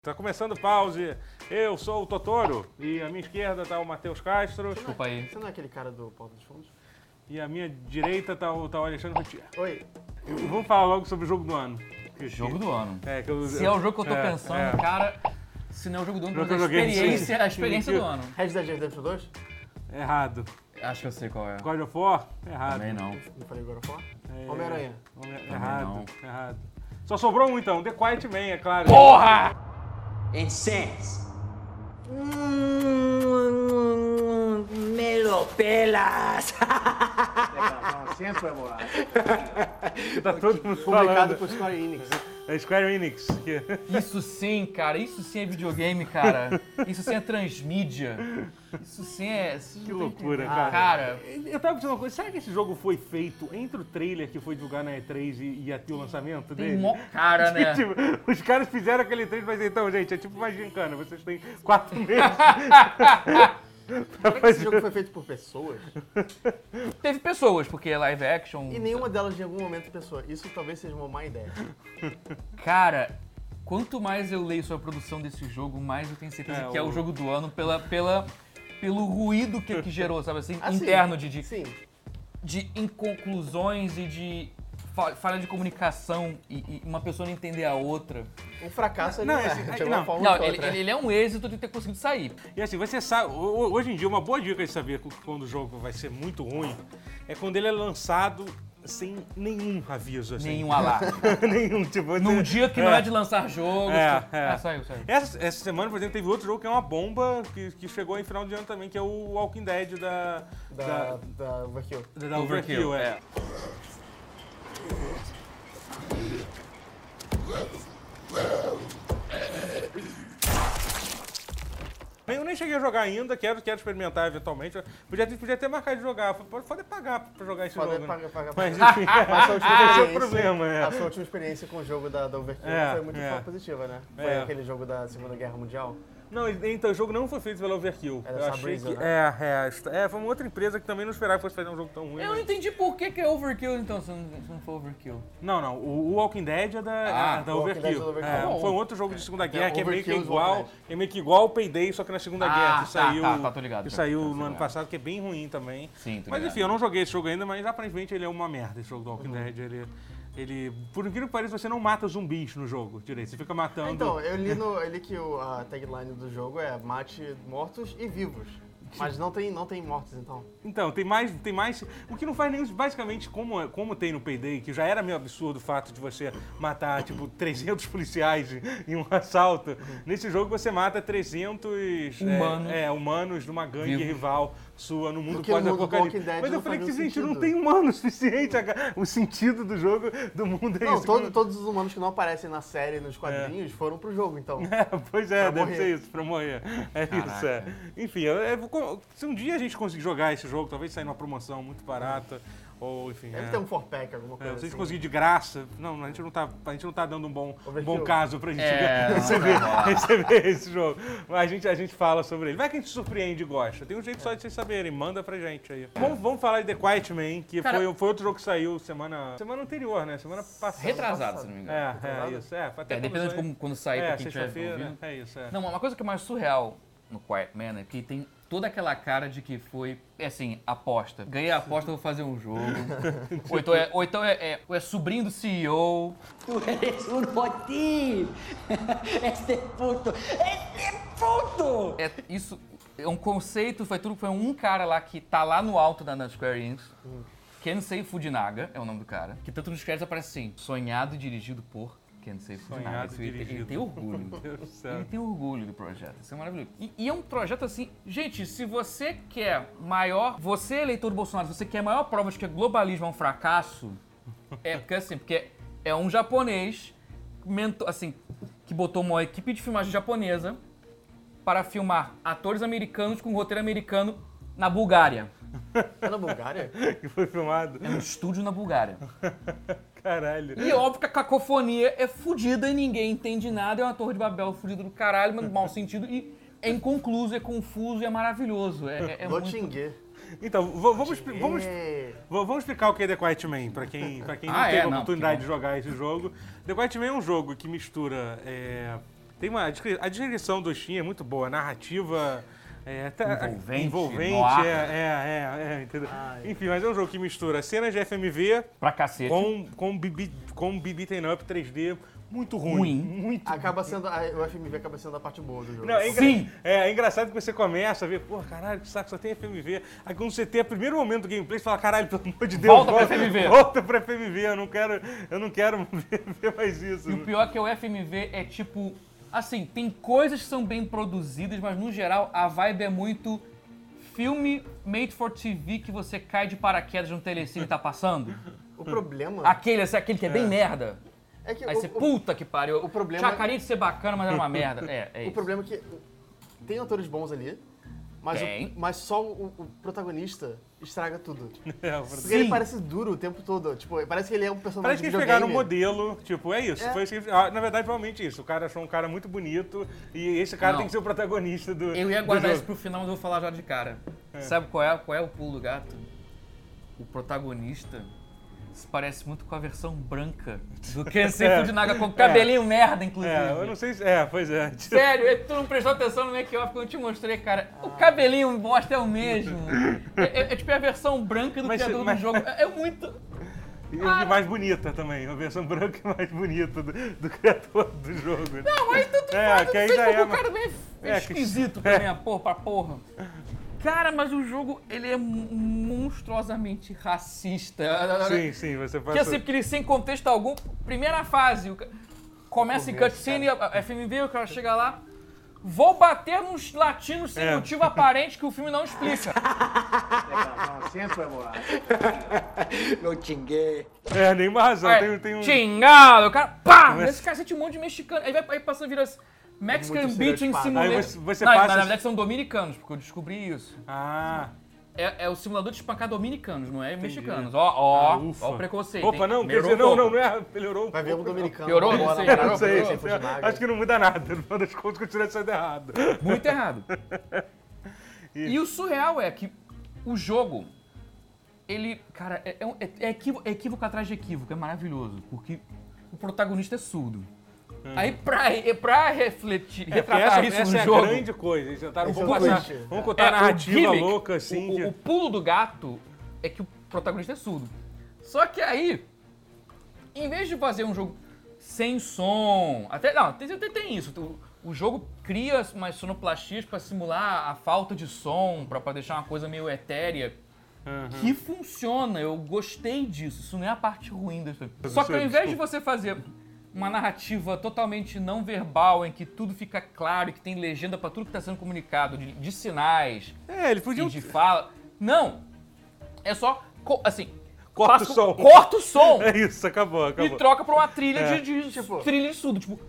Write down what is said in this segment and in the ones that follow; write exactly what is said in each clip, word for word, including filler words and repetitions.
Tá começando o Pause. Eu sou o Totoro e à minha esquerda tá o Matheus Castro. Desculpa aí. Você não é aquele cara do Porta dos Fundos? E à minha direita tá o, tá o Alexandre Routier. Oi. E vamos falar logo sobre o jogo do ano. Que- Jogo do ano. É, que eu, Se é o jogo que eu tô é, pensando, é. cara, se não é o jogo do ano, Jogo mas que a eu joguei, experiência, sim. a experiência do ano. Red Dead Redemption dois? Errado. Acho que eu sei qual é. God of War? Errado. Também não. Não falei agora falar? É, Homem-Aranha. Homem- Também Errado. não. Errado. Só sobrou um então, The Quiet Man, é claro. Porra! Incense. Mmm, me lo pelas. Sempre vai morar. Que tá todo mundo Publicado falando. por Square Enix. É Square Enix. Que... Isso sim, cara. Isso sim é videogame, cara. Isso sim é transmídia. Isso sim é... Que loucura, cara. Cara, Eu tava pensando uma coisa, será que esse jogo foi feito entre o trailer que foi divulgado na E três e, e até o lançamento tem dele? mó cara, né? Tipo, os caras fizeram aquele trailer e falaram, então, gente, é tipo uma gincana, vocês têm quatro meses pra Será que esse jogo foi feito por pessoas? Teve pessoas, porque é live action... E nenhuma delas em algum momento pensou. Isso talvez seja uma má ideia. Cara, quanto mais eu leio sobre a produção desse jogo, mais eu tenho certeza É, que é o- o jogo do ano pela, pela, pelo ruído que, que gerou, sabe assim? Assim, interno de, de, Sim. de inconclusões e de fa- falha de comunicação e, e uma pessoa não entender a outra. Um fracasso ele Não, não, é. esse- De não. uma forma Não, ou de ele, outra. ele- ele é um êxito de ter conseguido sair. E assim, você sabe, ho- hoje em dia, uma boa dica de saber quando o jogo vai ser muito ruim é quando ele é lançado sem nenhum aviso, assim. Nenhum alarme. nenhum, tipo... Num você- dia que não é de lançar jogos. É, tipo, é. Ah, saiu, saiu. Essa, essa semana, por exemplo, teve outro jogo que é uma bomba que, que chegou em final de ano também, que é o Walking Dead da... Da, da Overkill. Da, da Overkill, Overkill, é. Eu nem cheguei a jogar ainda, quero, quero experimentar eventualmente. Podia, ter- podia ter marcado de jogar, pode, pode pagar pra jogar esse Pode jogo. né? pagar, pagar, Mas pagar. enfim, Mas a sua última esse é o experiência- problema, é. A sua última experiência com o jogo da, da Overkill É, foi muito é. positiva, né? Foi É. aquele jogo da Segunda Guerra Mundial. Não, então o jogo não foi feito pela Overkill. É da Eu achei Sabriza, que. né? É, é, esta- é, foi uma outra empresa que também não esperava que fosse fazer um jogo tão ruim. Eu não mas- entendi por que, que é overkill, então, se não, se não for overkill. Não, não. O, o Walking Dead é da, Ah, é da o Walking Dead é Overkill. da Overkill. É, Bom. foi um outro jogo de Segunda Guerra que é meio que Overkill e Walking igual. Dead. É meio que igual o Payday, só que na Segunda Ah, Guerra. Que tá, saiu, tá, tá, tô ligado, que tô saiu ligado, tô no ano ligado. passado, que é bem ruim também. Sim, tô Mas ligado. enfim, eu não joguei esse jogo ainda, mas aparentemente ele é uma merda, esse jogo do Uhum. Walking Dead. Ele, ele, por incrível que pareça, você não mata zumbis no jogo direito. Você fica matando. Então, eu li, no, eu li que o, a tagline do jogo é mate mortos e vivos. Mas não tem, não tem mortos, então. Então, tem mais, tem mais. O que não faz nenhum. Basicamente, como, como tem no Payday, que já era meio absurdo o fato de você matar, tipo, trezentos policiais em um assalto. Nesse jogo você mata trezentos Humanos. É, é, humanos de uma gangue Vivos. rival sua no mundo Porque no mundo do pós-apocalipse. Walking Dead Mas eu não falei faz que, nenhum gente, não sentido. tem humano suficiente. a- O sentido do jogo, do mundo é Não, isso. todo- todos os humanos que não aparecem na série, nos quadrinhos, foram pro jogo, então. É, pois é, Pra deve morrer. ser isso, pra morrer. É isso, é. Enfim, eu- eu- se um dia a gente conseguir jogar esse jogo, talvez sair numa promoção muito barata, ou enfim. Deve é. ter um four pack, alguma É, coisa se a gente assim. conseguir de graça, não, a gente não tá, a gente não tá dando um bom, um Overkill. bom caso pra gente É, receber, não vai rolar. receber esse jogo. Mas a gente, a gente fala sobre ele. Vai que a gente surpreende e gosta. Tem um jeito só de vocês saberem, manda pra gente aí. Vamos, vamos falar de The Quiet Man, que Cara- foi, foi outro jogo que saiu semana, semana anterior, né? Semana passada. Retrasado, se não me engano. É, é, Retrasado? isso. É, até É, dependendo de quando como, quando sair é, pra quem tiver sexta-feira, ouvindo. é isso, é. Não, uma coisa que é mais surreal no Quiet Man é que tem toda aquela cara de que foi, é assim, aposta. Ganhei a aposta, vou fazer um jogo. ou então, é, ou então é, é, ou é sobrinho do C E O. Tú eres un botín. Este puto. Este puto. É, isso é um conceito, foi tudo, foi um cara lá que tá lá no alto da, da Square Enix. Kensei Fujinaga é o nome do cara. Que tanto nos créditos aparece assim, sonhado e dirigido por Kensei Fujinaga. Sonhado Isso, e ele, ele dirigido. tem orgulho. Meu Deus do céu. Ele tem orgulho do projeto, isso é maravilhoso. E, e é um projeto assim, gente, se você quer maior, você eleitor do Bolsonaro, se você quer maior prova de que globalismo é um fracasso, é porque assim, porque é um japonês, mento- assim, que botou uma equipe de filmagem japonesa para filmar atores americanos com roteiro americano na Bulgária. É na Bulgária? Que foi filmado. É um estúdio na Bulgária. Caralho. E óbvio que a cacofonia é fodida e ninguém entende nada, é uma torre de Babel fodida do caralho, mas no mau sentido, e é inconcluso, é confuso e é maravilhoso. É, é, é muito... Lotingue. Então, v- vamos, expli- vamos, É. v- vamos explicar o que é The Quiet Man, pra quem, pra quem não Ah, teve é? a Não, oportunidade que de jogar esse jogo. The Quiet Man é um jogo que mistura é, Tem uma, a descri- a descrição do Steam é muito boa, a narrativa... É, tá, Envolvente, envolvente noir. é, é, é, é, entendeu? Ai. Enfim, mas é um jogo que mistura cenas de F M V Pra cacete. com, com, bibi, com beaten up três D muito ruim. Ruim. Muito Acaba sendo, a- o F M V acaba sendo a parte boa do jogo. Não, é, engra- Sim. É, é engraçado que você começa a ver, pô, caralho, que saco, só tem F M V. Aí quando você tem o primeiro momento do gameplay, você fala, caralho, pelo amor de Deus, Volta pra F M V. Volta pra F M V, eu não quero, eu não quero ver, ver mais isso. E o pior é que o F M V é tipo... Assim, tem coisas que são bem produzidas, mas no geral a vibe é muito... Filme made for T V que você cai de paraquedas no telecine e tá passando. O problema Aquele, assim, aquele que é bem merda. é que Aí o, você, o- puta que pariu. o problema Tinha é- carinha de ser bacana, mas era uma merda. É, é o isso. problema é que tem atores bons ali, mas, o- Tem. mas só o, o protagonista estraga tudo. É, Porque Sim. ele parece duro o tempo todo. Tipo, parece que ele é um personagem Parece que de eles pegaram um videogame. modelo, tipo, é isso. É. Foi isso que eles- ah, na verdade, provavelmente isso. O cara achou um cara muito bonito e esse cara Não. tem que ser o protagonista do Eu ia do guardar jogo. isso pro final, mas eu vou falar já de cara. Sabe qual é, qual é o pulo do gato? O protagonista se parece muito com a versão branca do Kensei Fujinaga, com cabelinho merda, inclusive. É, eu não sei se... É, pois é. Sério, é que tu não prestou atenção no make-off que eu te mostrei, cara. O cabelinho bosta é o mesmo. É, é- é tipo a versão branca do Mas- criador mas- do jogo. É, é muito... E mais bonita também, a versão branca é mais bonita do, do criador do jogo. Não, aí tanto É, faz, que aí fez já porque é, o cara mas- bem é, que- esquisito é. também, a porra pra porra. Cara, mas o jogo, ele é monstruosamente racista. Sim, sim, você Que passa... assim, porque ele sem contexto algum, primeira fase, o ca- começa em Começo, cutscene, a a F M V, o cara chega lá, vou bater nos latinos sem É. motivo aparente que o filme não explica. Lo chingué. É, nenhuma razão. Aí, Tem, tem um... Xingado, o cara, pá, Mas- esse cacete um monte de mexicano. Aí vai aí passa a virar Mexican Muito Beaching estereotipado. Simulator. Aí você- você não, passa- na verdade são dominicanos, porque eu descobri isso. Ah, É, é o simulador de espancar dominicanos, não é mexicanos. Ó, ó, ah, ufa. ó o preconceito. Opa, hein? não, quer Melhorou dizer, não, um não, pouco. não é... Melhorou um Vai ver um pouco, não. dominicano. Piorou? uma Não bola sei, na eu cara, Não sei, sem não sei. Fujinaga. Acho que não muda nada. No final das contas, continua sendo errado. Muito errado. E o surreal é que o jogo, ele, cara, é, é, um- é- é equívoco, é equívoco atrás de equívoco, é maravilhoso, porque o protagonista é surdo. Aí pra, pra refletir, É, porque retratar essa, isso essa no é jogo... a grande coisa. Eles tentaram, Esse é vamos, o contar, twist. vamos contar é, a narrativa o gimmick, louca, assim. O, que- o- o pulo do gato é que o protagonista é surdo. Só que aí, em vez de fazer um jogo sem som, até não, tem, tem, tem isso. O, o jogo cria umas sonoplastias pra simular a falta de som, pra, pra deixar uma coisa meio etérea. Que funciona, eu gostei disso. Isso não é a parte ruim da história. Só que ao invés de você fazer uma narrativa totalmente não verbal, em que tudo fica claro, e que tem legenda pra tudo que tá sendo comunicado, de, de sinais É, eles podiam... e de fala. Não! É só, co- assim... Corta passa- o som. Corta o som! É isso, acabou, E acabou. troca pra uma trilha É. de, de Tipo- trilha de surdo, tipo...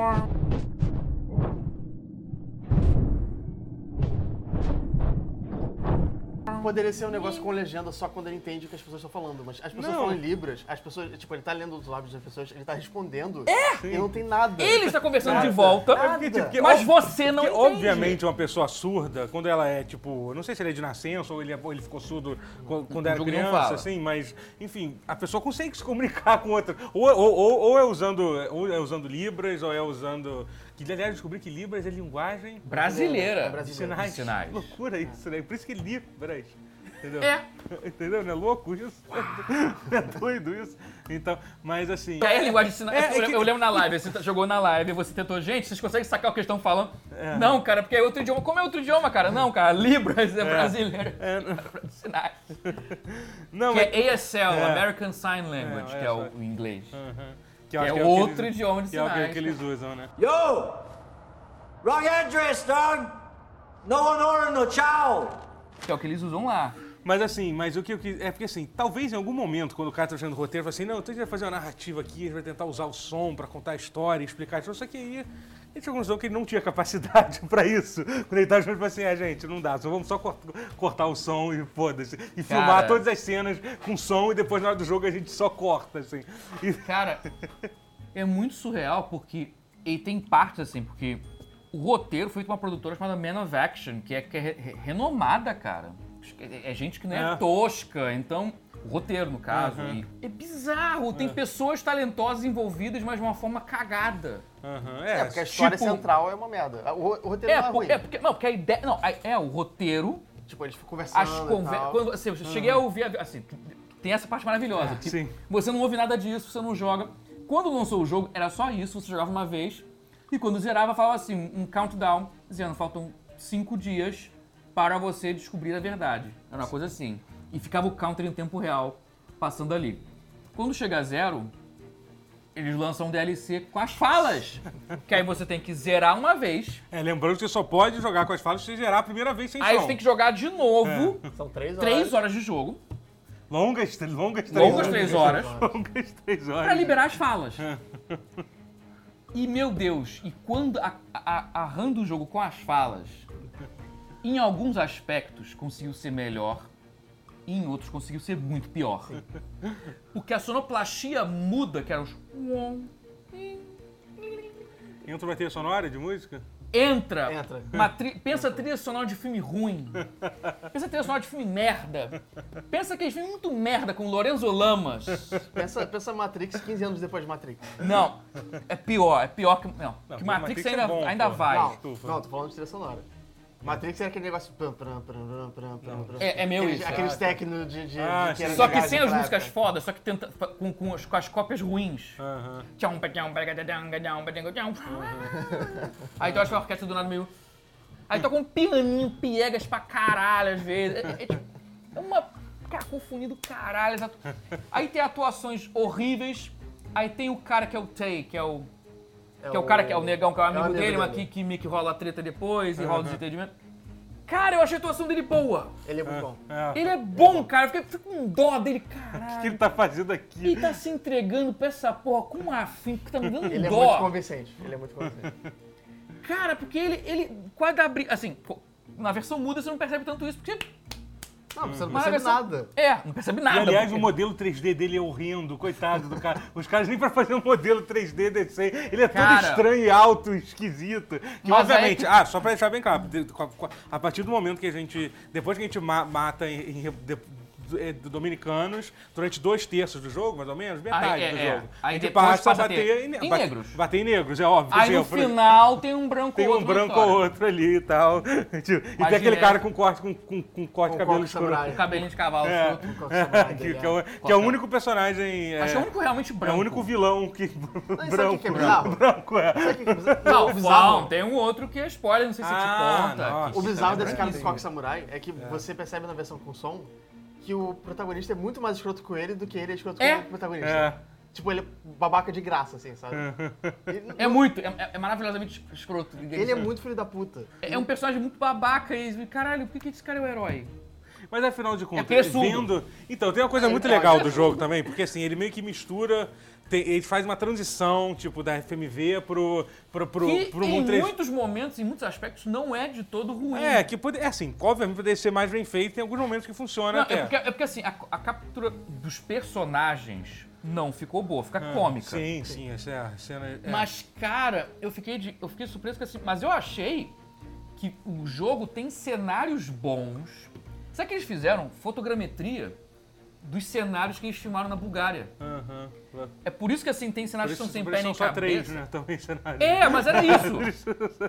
Poderia ser um negócio com legenda só quando ele entende o que as pessoas estão falando, mas as pessoas Não. falam em libras, as pessoas, tipo, ele tá lendo os lábios das pessoas, ele tá respondendo é? e não tem nada. Ele está conversando de Nada. volta, Nada. Porque, tipo, porque mas ob- você não porque, entende. obviamente, uma pessoa surda, quando ela é, tipo... Não sei se ele é de nascença ou ele, é- ou ele ficou surdo quando, quando era jogo não criança, fala. assim, mas... Enfim, a pessoa consegue se comunicar com outra. Ou, ou, ou, ou é usando, ou é usando Libras, ou é usando... Que, aliás, eu descobri que Libras é linguagem Brasileira. É de brasileiro. sinais. Sinais. Que loucura isso, né? Por isso que Libras... Entendeu? É. Entendeu? Não é louco isso? Não é doido isso? Então, mas assim... É a linguagem de sinais. É, eu, é que- eu lembro na live, você tá- jogou na live, você tentou, gente, vocês conseguem sacar o que eles estão falando? É. Não, cara, porque é outro idioma. Como é outro idioma, cara? Não, cara, Libras é, brasileiro. É, Sinais. não, Que mas... é A S L, É. American Sign Language, É, que é é o, só- o inglês. Uhum. Que eu é acho que o outro que eles- idioma de que é o que- sinais. que eles usam, né? Yo! Wrong address, dog! No one order no chow! Que é o que eles usam lá. Mas assim, mas o que eu quis... É porque assim, talvez em algum momento, quando o cara tá fazendo o roteiro, fala assim, não, então a gente vai fazer uma narrativa aqui, a gente vai tentar usar o som pra contar a história, explicar isso, só que aí... A gente chegou à conclusão que ele não tinha capacidade pra isso. Quando ele tava falando assim, ah, gente, não dá, só vamos só cort- cortar o som e foda-se. E filmar Cara. todas as cenas com som e depois na hora do jogo a gente só corta, assim. E- Cara, é muito surreal porque ele tem partes assim, porque o roteiro foi feito por uma produtora chamada Man of Action, que é, que é re- renomada, cara. É, é gente que não é, É. tosca, então O roteiro, no caso. Uhum. E é bizarro. Tem pessoas talentosas envolvidas, mas de uma forma cagada. Aham, É, é. porque a história tipo- central é uma merda. O, o roteiro É, não é por- ruim. é porque. Não, porque a ideia. Não, a- é o roteiro, Tipo, eles ficam conversando as e conversas. tal. Quando você, eu cheguei a ouvir. a- Assim, tem essa parte maravilhosa. que sim. Você não ouve nada disso, você não joga. Quando lançou o jogo, era só isso, você jogava uma vez. E quando zerava, falava assim, um countdown, dizendo, faltam cinco dias para você descobrir a verdade. Era uma coisa assim. E ficava o counter em tempo real, passando ali. Quando chega a zero, eles lançam um D L C com as falas. Que aí você tem que zerar uma vez. É, lembrando que você só pode jogar com as falas se você gerar a primeira vez sem Aí som. você tem que jogar de novo, São três horas. três horas de jogo, Longas, longas três longas horas. três horas, Longas três horas. pra liberar as falas. E, meu Deus, e quando a, a, arrando o jogo com as falas, em alguns aspectos conseguiu ser melhor, e em outros conseguiu ser muito pior. Porque a sonoplastia muda, que era os... Entra uma trilha sonora de música? Entra. Entra. Uma tri... Pensa trilha sonora de filme ruim. Pensa trilha sonora de filme merda. Pensa aquele filme muito merda com Lorenzo Lamas. Pensa, pensa Matrix quinze anos depois de Matrix. Não, é pior, é pior que... Não, Não, que Matrix Matrix, é ainda, bom, ainda pô. vai. Não, estufa. não, tô falando de trilha sonora. Matrix era aquele negócio... Pram, pram, pram, pram, pram, pram, pram. É- é meu Aqueles, isso. Aqueles Ah, técnicos de, de, Ah, de que era Só de que gás sem as naquela músicas época. fodas, só que tenta, com, com, as, com as cópias ruins. Aham. Aí toca a orquestra do nada meio... Aí toca um pianinho piegas pra caralho às vezes. É, é, tipo, é uma cacofonia do caralho. exato. Aí tem atuações horríveis. Aí tem o cara que é o Tay, que é o... Que é o cara que é o negão, que é o amigo amigo dele, mas dele. que, que meio que rola a treta depois e rola o desentendimento. Cara, eu achei a atuação dele boa. Ele é muito bom. É. Ele é bom, cara. Eu fiquei, fiquei com dó dele, O que caralho. ele tá fazendo aqui? Ele tá se entregando pra essa porra com afim, porque tá me dando Ele é dó. muito convincente. Ele é muito convincente. Cara, porque ele, ele quase dá briga. Assim, co- na versão muda você não percebe tanto isso, porque. Não, você não mas percebe na versão- nada. É, não percebe nada. E, aliás, porque- o modelo três D dele é horrendo, coitado do cara. Os caras nem pra fazer um modelo três D decente. Ele é todo Cara. estranho e alto, esquisito. Que, Mas obviamente, aí ah, só pra deixar bem claro, de- com a- com a- a partir do momento que a gente, depois que a gente ma- mata em, em- de- é, do dominicanos, durante dois terços do jogo, mais ou menos, metade Aí, é, do é. jogo, Aí a gente depois passa a passa a bater ter em, em ba- negros. Bater em negros, é óbvio. Aí no exemplo. final tem um branco Tem ou um outro na branco história. ou outro ali e tal. Tipo, e tem Mas aquele de cara resto- com corte, com, com, com corte de Com cabelo coque escuro. samurai. Com cabelinho de cavalo. É. solto. Com o samurai que, dele, que é, o, é. que é o único personagem. É, Acho que é o único realmente é branco. o único vilão que. Não, e sabe o que branco. que é bizarro? branco é. Sabe o que que é bizarro? Não, o bizarro, não, tem um outro que é spoiler, não sei se Ah, te conta. nossa. que- o bizarro desse É, cara do sim. Coque Samurai é que você percebe na versão com som que o protagonista é muito mais escroto com ele do que ele é escroto É. com o protagonista. É. Tipo, ele é babaca de graça, assim, sabe? Ele, É muito, é, é maravilhosamente escroto. ele é muito filho da puta. É um personagem muito babaca e, caralho, por que que esse cara é o herói? Mas afinal de contas, porque ele é surdo. vendo. Então, tem uma coisa muito ele legal pode. do jogo também, porque assim, ele meio que mistura. tem- ele faz uma transição, tipo, da F M V pro, pro, pro, Que pro em mundo três D. muitos momentos, em muitos aspectos, não é de todo ruim. É, que pode, é assim, obviamente poderia ser mais bem feito, tem alguns momentos que funciona Não, até. é, porque, é porque assim, a, a captura dos personagens não ficou boa, fica cômica. Sim, sim, essa é a cena. É. Mas, cara, eu fiquei, de- eu fiquei surpreso com assim. Mas eu achei que o jogo tem cenários bons. Sabe o que eles fizeram? Fotogrametria dos cenários que eles filmaram na Bulgária. Aham. É por isso que assim tem Por cenários que isso, são sem por pé isso nem são só cabeça. três, né? Também cenário. É, mas era isso.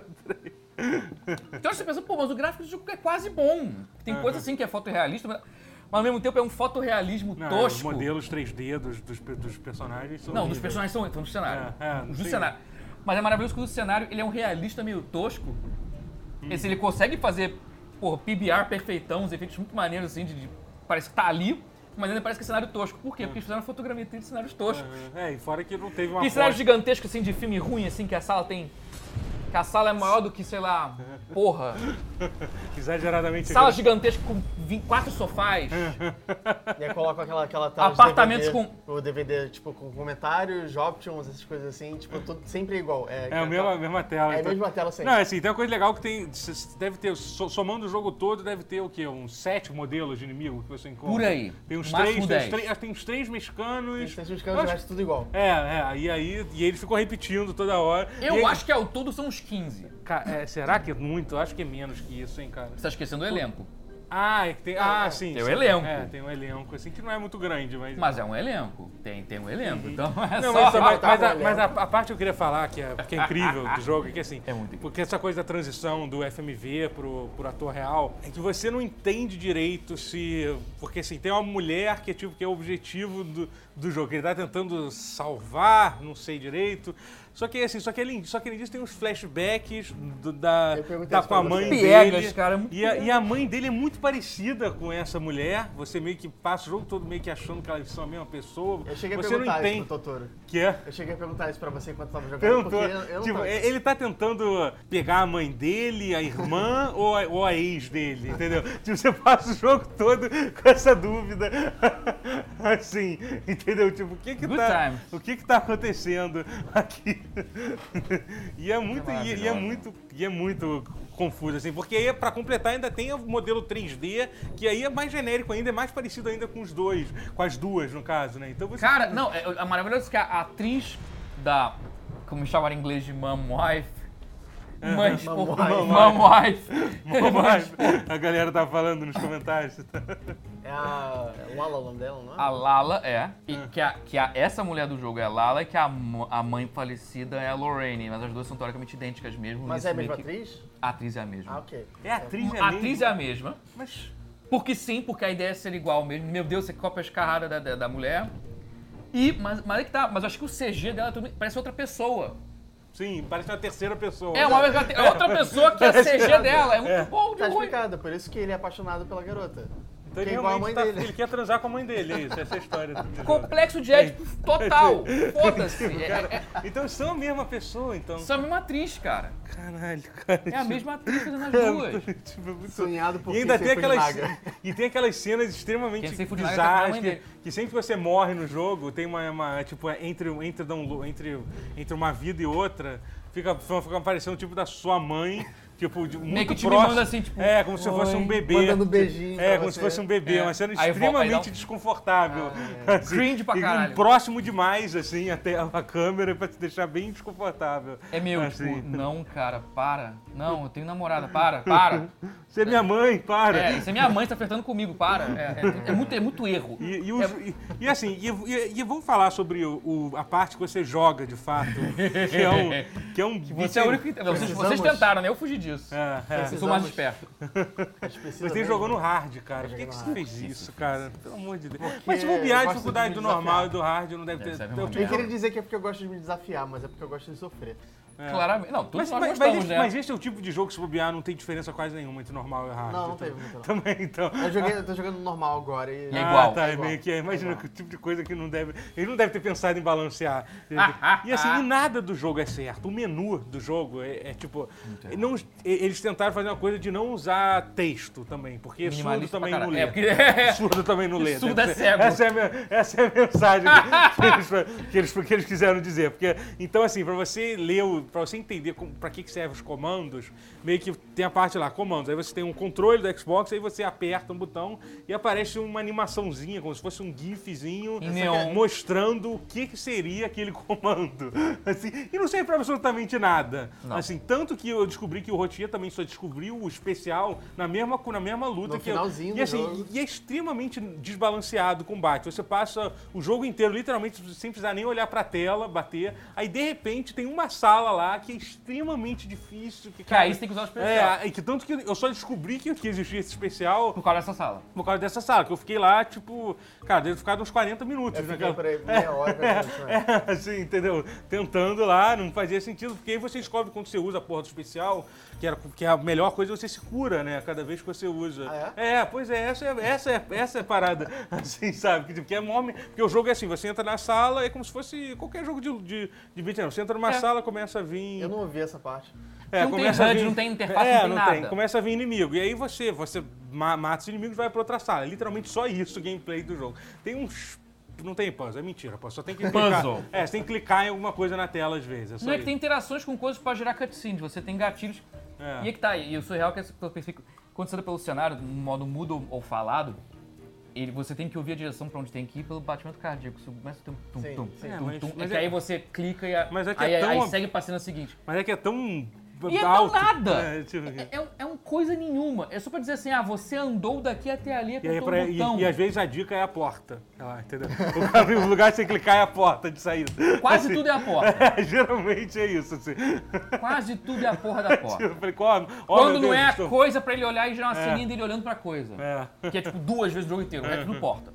Então você pensa, pô, mas o gráfico do jogo é quase bom. Tem coisa assim que é fotorrealista, mas, mas ao mesmo tempo é um fotorrealismo Não, tosco. Os modelos três D dos, dos, dos personagens são Não, dos horríveis. personagens são, são do cenário. É, é, os do sim. cenário. Mas é maravilhoso que o do cenário ele é um realista meio tosco. Hum. Esse ele consegue fazer, porra, P B R perfeitão, uns efeitos muito maneiros assim, de, de- parece que tá ali, mas ainda parece que é cenário tosco. Por quê? Porque eles fizeram fotogrametria de cenários toscos. É, e fora que não teve uma E cenários foto- gigantescos assim de filme ruim, assim, que a sala tem. Que a sala é maior do que, sei lá, porra. exageradamente Sala grande. gigantesca com vinte, quatro sofás. E aí coloca aquela, aquela tela Apartamentos de D V D, o D V D, tipo, com comentários, options, essas coisas assim, tipo, tudo sempre igual. É, É a mesma, a mesma tela. É a então- mesma tela sempre. Não, assim, tem uma coisa legal que tem. c- Deve ter, so- somando o jogo todo, deve ter o quê? Uns sete modelos de inimigo que você encontra. Por aí. Tem uns Máximo três, tem uns dez. três, acho que tem uns três mexicanos. Tem uns Eu canos, o acho- resto tudo igual. É, é, e aí e eles ficam repetindo toda hora. Eu E aí- acho que ao todo são uns quinze. Ca- é, será que é muito? Eu acho que é menos que isso, hein, cara. Você tá esquecendo o elenco. Ah, é que tem, ah, é. sim. Tem um sim. elenco. É, tem um elenco, assim, que não é muito grande, mas... Mas é um elenco. Tem, tem um elenco. Então é Não, só... mas, mas, tá mas, com a, o mas a, a parte que eu queria falar, que é, que é incrível do jogo, é que assim, É muito incrível. porque essa coisa da transição do F M V pro, pro ator real, é que você não entende direito se... Porque assim, tem uma mulher que é tipo que é o objetivo do, do jogo, que ele tá tentando salvar, não sei direito. Só que assim, só que além, só que além disso tem uns flashbacks do, da, Eu perguntei da isso com a pra mãe você. dele. Piegas, cara, muito e, a, e a mãe dele é muito parecida com essa mulher. Você meio que passa o jogo todo meio que achando que elas são a mesma pessoa. Eu cheguei a você perguntar não isso entende pro Totoro. que é. Eu cheguei a perguntar isso pra você enquanto tava jogando, Perguntou. porque eu, eu não Tipo, tô... ele tá tentando pegar a mãe dele, a irmã ou, a, ou a ex dele, entendeu? Tipo, você passa o jogo todo com essa dúvida. Assim, entendeu? Tipo, o que que Good tá, times. o que que tá acontecendo aqui? E é muito, e, e é maravilhosa. muito, e é muito confuso, assim, porque aí, pra completar, ainda tem o modelo três D, que aí é mais genérico ainda, é mais parecido ainda com os dois, com as duas, no caso, né? Então você... Cara, não, é, é maravilhoso que a atriz da... Como chamar em inglês de mom wife... Mãe, Mom esposa, wife. mom wife. Mas a galera tá falando nos comentários. É a... É Lala o nome dela, não é? A Lala é, e que, a, que a, essa mulher do jogo é a Lala e que a, mo- a mãe falecida é a Lorraine, mas as duas são teoricamente idênticas mesmo. Mas isso é a meio mesma que- atriz? A atriz é a mesma. Ah, ok. É a atriz, é A mesmo? atriz é a mesma, Mas... porque sim, porque a ideia é ser igual mesmo. Meu Deus, você cópia escarrada da, da, da mulher. E, mas, mas é que tá, mas eu acho que o C G dela tudo, parece outra pessoa. Sim, parece uma terceira pessoa. É uma é outra pessoa que é C G dela, é muito bom de Tá ruim. explicado, por isso que ele é apaixonado pela garota. Então Que ele é igual a realmente mãe tá, dele. ele quer transar com a mãe dele, é isso, essa é a história do jogo. Complexo de Édipo total. Foda-se. É, Cara, é, então são a mesma pessoa, então. são a mesma atriz, cara. Caralho, cara. É a mesma atriz fazendo as É, duas. tipo, é muito... Sonhado por E ainda Kensei tem aquelas Fujinaga. e tem aquelas cenas extremamente Kensei Fujinaga tá bizarras com a mãe que, dele. que sempre que você morre no jogo tem uma, uma tipo entre entre download- entre entre uma vida e outra fica fica aparecendo tipo da sua mãe. Tipo, de, muito Meio que te próximo. mimando assim, tipo, É, como se oi, fosse um bebê. mandando um beijinho É, pra como você. se fosse um bebê. É. Uma cena Aí vo- aí extremamente dá um- desconfortável. Ah, assim, Cringe pra e caralho. próximo demais, assim, até a câmera pra te deixar bem desconfortável. É meu, assim. tipo, não, cara, para. Não, eu tenho namorada, para, para. Você é minha mãe, para. É, isso é minha mãe, tá flertando comigo, para. É, é- é muito, é muito erro. E, e, os- É- e- e assim, e, e- e vamos falar sobre o, o- a parte que você joga de fato, que é um. Que é um Você é o único que. Vocês, vocês Precisamos- tentaram, né? Eu fugi disso. É, é. Eu sou mais esperto. A gente precisa Você mesmo. jogou no hard, cara. Por que, joguei que no você hard. fez isso, cara? Pelo amor de Deus. Porque Mas se bobear a eu gosto dificuldade de do me normal desafiar. e do hard, não deve ter. Deve ser a ter mesma o tipo Eu de- queria dizer que é porque eu gosto de me desafiar, mas é porque eu gosto de sofrer. Claramente. Não, todos Mas, nós mas, mas, gostamos, esse, né? mas esse é o tipo de jogo que se bobear não tem diferença quase nenhuma entre normal e hard. Não, não Então- teve muito, não. Também, então. Eu, joguei, eu tô jogando normal agora e... É Ah, igual. tá, É é igual. meio que, imagina É que o tipo de coisa que não deve. Ele não deve ter pensado em balancear. E assim, e nada do jogo é certo. O menu do jogo é, é tipo. Não, eles tentaram fazer uma coisa de não usar texto também, porque surdo Minimalista também pra não caralho. lê. É, porque... Surdo também não lê. Surdo Deve é ser- cego. Essa é a, me- essa é a mensagem que, que eles, que, eles, que eles quiseram dizer. Porque, então, assim, pra você ler, o- pra você entender como, pra que, que servem os comandos, meio que tem a parte lá, comandos. Aí você tem um controle do Xbox, aí você aperta um botão e aparece uma animaçãozinha, como se fosse um gifzinho Em neon. mostrando o que, que seria aquele comando. Assim, e não serve pra absolutamente nada. Não. Assim, tanto que eu descobri que o Rotier também só descobriu o especial na mesma, na mesma luta No que eu- finalzinho e, do assim, jogo. e é extremamente desbalanceado o combate. Você passa o jogo inteiro, literalmente, sem precisar nem olhar pra tela, bater. Aí, de repente, tem uma sala lá que é extremamente difícil. Que, Que aí você tem que usar o especial. É, e que tanto que eu só descobri que, que existia esse especial Por causa dessa sala. por causa dessa sala, que eu fiquei lá, tipo, cara, deve ficar uns quarenta minutos. Eu fiquei naquela- por aí meia hora pra continuar. É, assim, entendeu? Tentando lá, não fazia sentido, porque aí você descobre quando você usa a porra do especial, que, era, que é a melhor coisa, você se cura, né? Cada vez que você usa. Ah, é? pois é, essa é, essa é, essa é a parada, assim, sabe? Que, que é nome, porque o jogo é assim, você entra na sala, é como se fosse qualquer jogo de, de, de beat'em up. Você entra numa É. sala, começa a vir... Eu não ouvi essa parte. É, Não tem começa a H U D, vir- não tem interface, é, não tem não nada. tem. Começa a vir inimigo. E aí você, você ma- mata os inimigos e vai pra outra sala. É literalmente só isso o gameplay do jogo. Tem uns... Não tem puzzle, é mentira, pô. Só tem que clicar. Puzzle. É, você tem que clicar em alguma coisa na tela às vezes. É só Não é que isso. tem interações com coisas pra gerar cutscenes, você tem gatilhos. É. E é que tá, e o surreal é que eu pensei que quando você anda pelo cenário, no modo mudo ou, ou falado, ele, você tem que ouvir a direção pra onde tem que ir pelo batimento cardíaco. Você começa a ter um tum, Sim, tum, sim. tum, É, mas- tum, mas é que é- aí você clica e a, Mas é que aí, é tão aí ob- segue pra cena seguinte. Mas é que é tão E é tão alto. nada! É, tipo, É, é um, é um coisa nenhuma. É só pra dizer assim, ah, você andou daqui até ali, E, aí, apertou pra- o botão. e, e às vezes a dica é a porta. Ah, entendeu? O lugar que você clicar é a porta de saída. Quase Assim, tudo é a porta. É, geralmente é isso, assim. Quase tudo é a porra da porta. Eu falei, ó, ó, Quando meu não Deus, é a estou- coisa pra ele olhar e gerar uma ceninha dele olhando pra coisa. É. Que é tipo duas vezes o jogo inteiro, o resto não porta.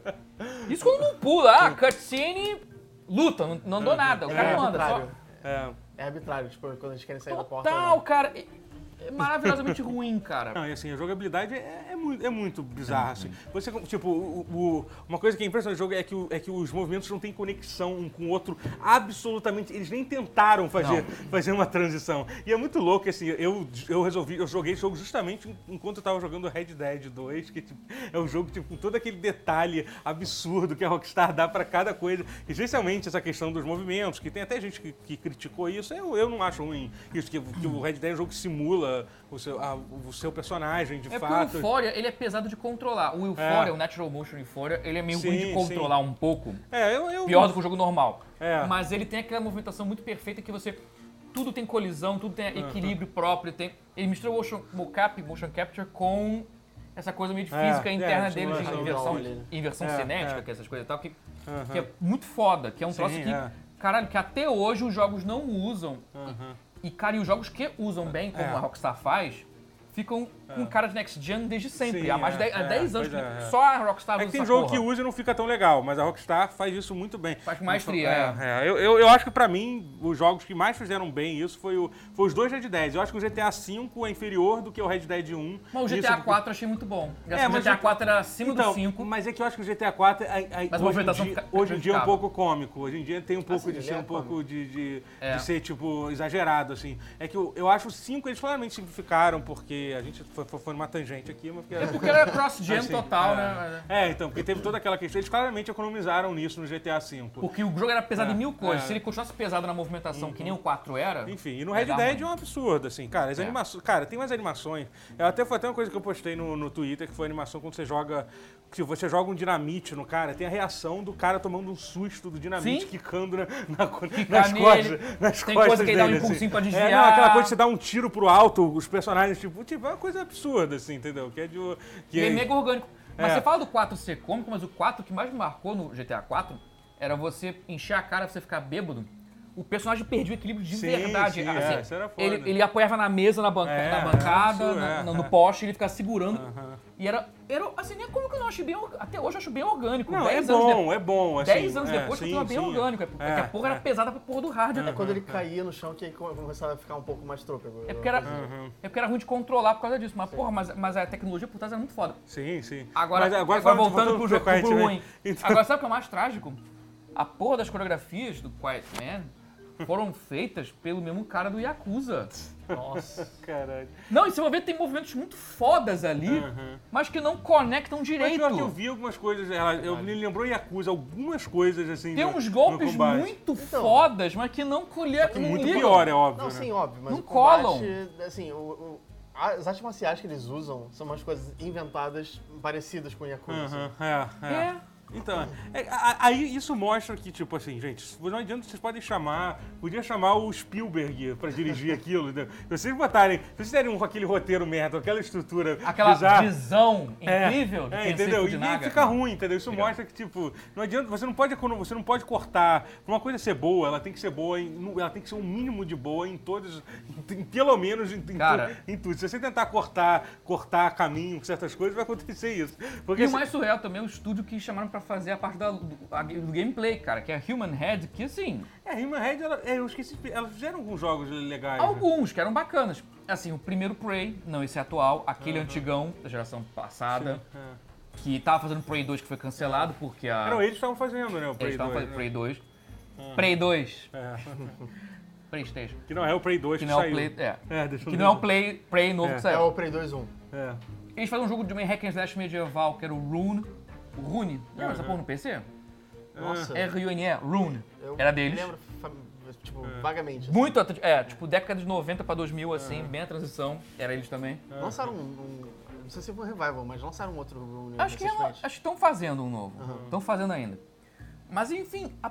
Isso quando não pula, ah, cutscene, luta, não, não andou nada. O cara É não anda, só... arbitrário. É. É arbitrário, tipo, quando eles querem sair da porta. ou Total, não. cara. É, é maravilhosamente ruim, cara. Não, e assim, a jogabilidade é, é muito, é muito bizarra, assim. Você, tipo, o, o- uma coisa que é impressionante do jogo é que, o- é que os movimentos não têm conexão um com o outro absolutamente. Eles nem tentaram fazer, fazer uma transição. E é muito louco, assim, eu, eu resolvi, eu joguei esse jogo justamente enquanto eu tava jogando Red Dead dois, que tipo, é um jogo tipo, com todo aquele detalhe absurdo que a Rockstar dá pra cada coisa. Especialmente essa questão dos movimentos, que tem até gente que, que criticou isso. Eu, eu não acho ruim isso, que, que o Red Dead é um jogo que simula o seu, a- o seu personagem, de É porque fato. o Euphoria, ele é pesado de controlar. O Euphoria, o Natural Motion Euphoria, ele é meio Sim, ruim de controlar um pouco. É, eu, eu Pior do que o jogo normal. É. Mas ele tem aquela movimentação muito perfeita que você... Tudo tem colisão, tudo tem equilíbrio próprio. Tem, ele mistura o motion, mocap, motion capture com essa coisa meio de É, física é, interna de dele, de simulação inversão, ali, né? inversão É, cinética, é. que é essas coisas e tal, que, Aham. que é muito foda, que é um Sim, troço que, é. caralho, que até hoje os jogos não usam. Aham. E, cara, e os jogos que usam bem, como É. a Rockstar faz, ficam com cara de next gen desde sempre. Sim, há mais de é, dez, há é, dez anos pois que é, é. só a Rockstar É usa que tem essa jogo porra. que usa e não fica tão legal, mas a Rockstar faz isso muito bem. Faz com maestria, É, é. Eu, eu, eu acho que pra mim, os jogos que mais fizeram bem isso foi, o, foi os dois Red Dead. Eu acho que o G T A cinco é inferior do que o Red Dead um. Mas o G T Isso A porque- quatro eu achei muito bom. É, o mas G T A o- quatro era acima Então, do cinco. mas é que eu acho que o G T A quatro, aí- aí, Mas a hoje, em movimentação dia, fica- hoje em dia é um prejudicava. pouco cômico. Hoje em dia tem um pouco sim, de ele ser é um pouco de, de, É. de ser, tipo, exagerado, assim. É que eu, eu acho o cinco eles claramente simplificaram, porque a gente foi, foi, foi numa tangente aqui, mas porque... É porque era cross-gen Assim, total, é. né? É, então, porque teve toda aquela questão. Eles claramente economizaram nisso no G T A cinco. Porque o jogo era pesado É, em mil coisas. é. Se ele continuasse pesado na movimentação, que nem o quatro era... Enfim, e no vai Red dar Dead ruim. é um absurdo, assim, cara. As É. animações. Cara, tem umas animações. Eu até foi até uma coisa que eu postei no, no Twitter, que foi a animação quando você joga. Que você joga um dinamite no cara, tem a reação do cara tomando um susto do dinamite Sim. quicando na, na, co- Quicar nas nele. costas. Nas Tem costas coisa que ele dá um dele, impulsinho assim. pra É, desviar. não, aquela coisa de você dar um tiro pro alto, os personagens, tipo, tipo, é uma coisa absurda, assim, entendeu? Que é de. Que Ele é mega orgânico. Mas É. você fala do quatro ser cômico, mas o quatro que mais me marcou no G T A quatro era você encher a cara, você ficar bêbado. O personagem perdia o equilíbrio de Sim, verdade. sim, assim, é, isso era foda. ele, ele apoiava na mesa, na, banca, É, na é bancada, absurdo, na- é, no, no é. poste, ele ficava segurando. Aham. E era, era, assim, nem como que eu não achei bem, or- até hoje eu acho bem orgânico. Não, é Dez anos bom, depois, é bom. Assim, dez anos é, depois sim, continua bem sim. orgânico. É, porque É, a porra é. era pesada pra porra do hardware. É quando ele caía no chão que começava a ficar um pouco mais trôpego. É porque, era, é porque era ruim de controlar por causa disso. Mas, porra, mas, mas a tecnologia por trás era muito foda. Sim, sim. Agora, Mas agora, falando- voltando pro jogo Quiet pro Man, ruim. então- Agora, sabe o que é mais trágico? A porra das coreografias do Quiet Man foram feitas pelo mesmo cara do Yakuza. Nossa. Caralho. Não, e você vai ver, tem movimentos muito fodas ali, Uhum. mas que não conectam Mas direito. pior que eu vi algumas coisas, ela, eu me lembrou Yakuza, algumas coisas assim. Tem no- uns no golpes combate. muito Então. fodas, mas que não colher. Que muito pior, é óbvio. Não, né? sim, óbvio, mas Não o combate, colam. assim, o, o- as artes marciais que eles usam são umas coisas inventadas parecidas com o Yakuza. Aham, assim. é, é. É. Então, é, a- aí isso mostra que, tipo assim, gente, não adianta, vocês podem chamar, podia chamar o Spielberg pra dirigir aquilo, entendeu? Se vocês botarem, se vocês derem um, aquele roteiro merda, aquela estrutura Aquela bizarra, visão é, incrível de é, Tensei entendeu? E Fujinaga. fica ruim, entendeu? Isso Legal. mostra que, tipo, não adianta, você não pode, você não pode cortar, pra uma coisa ser boa, ela tem que ser boa, em, ela tem que ser um mínimo de boa em todos, em- pelo menos em, em, Cara. tu- em tudo. Se você tentar cortar, cortar caminho, certas coisas, vai acontecer isso. Porque E o se- mais surreal também é o estúdio que chamaram pra fazer a parte da, do, a- do gameplay, cara, que é a Human Head, que assim, É, Human Head, ela, é, eu esqueci, elas fizeram alguns jogos legais. né? alguns que eram bacanas. Assim, o primeiro Prey, não esse atual, aquele antigão da geração passada, É. que tava fazendo Prey dois que foi cancelado porque a... Não, eles estavam fazendo, né, o Prey eles estavam dois. fazendo né? Prey dois. Prey dois, É. PlayStation. Que não é o Prey dois Que que, não é o saiu. Play... É. É, deixa eu Que ver. não é o Play, Prey novo É. que É saiu. o Prey dois um. É. Eles fazem um jogo de uma hack and slash medieval, que era o Rune. O Rune. Lembra essa porra no P C? Nossa. R U N E, Rune. Eu Era deles. lembro, fa- tipo, vagamente. assim. Muito, at- é, tipo, década de noventa pra dois mil, assim, bem a transição. Era eles também. Lançaram um, um- não sei se foi um revival, mas lançaram um outro Rune Acho que recentemente. estão fazendo um novo. Estão fazendo ainda. Mas, enfim, a-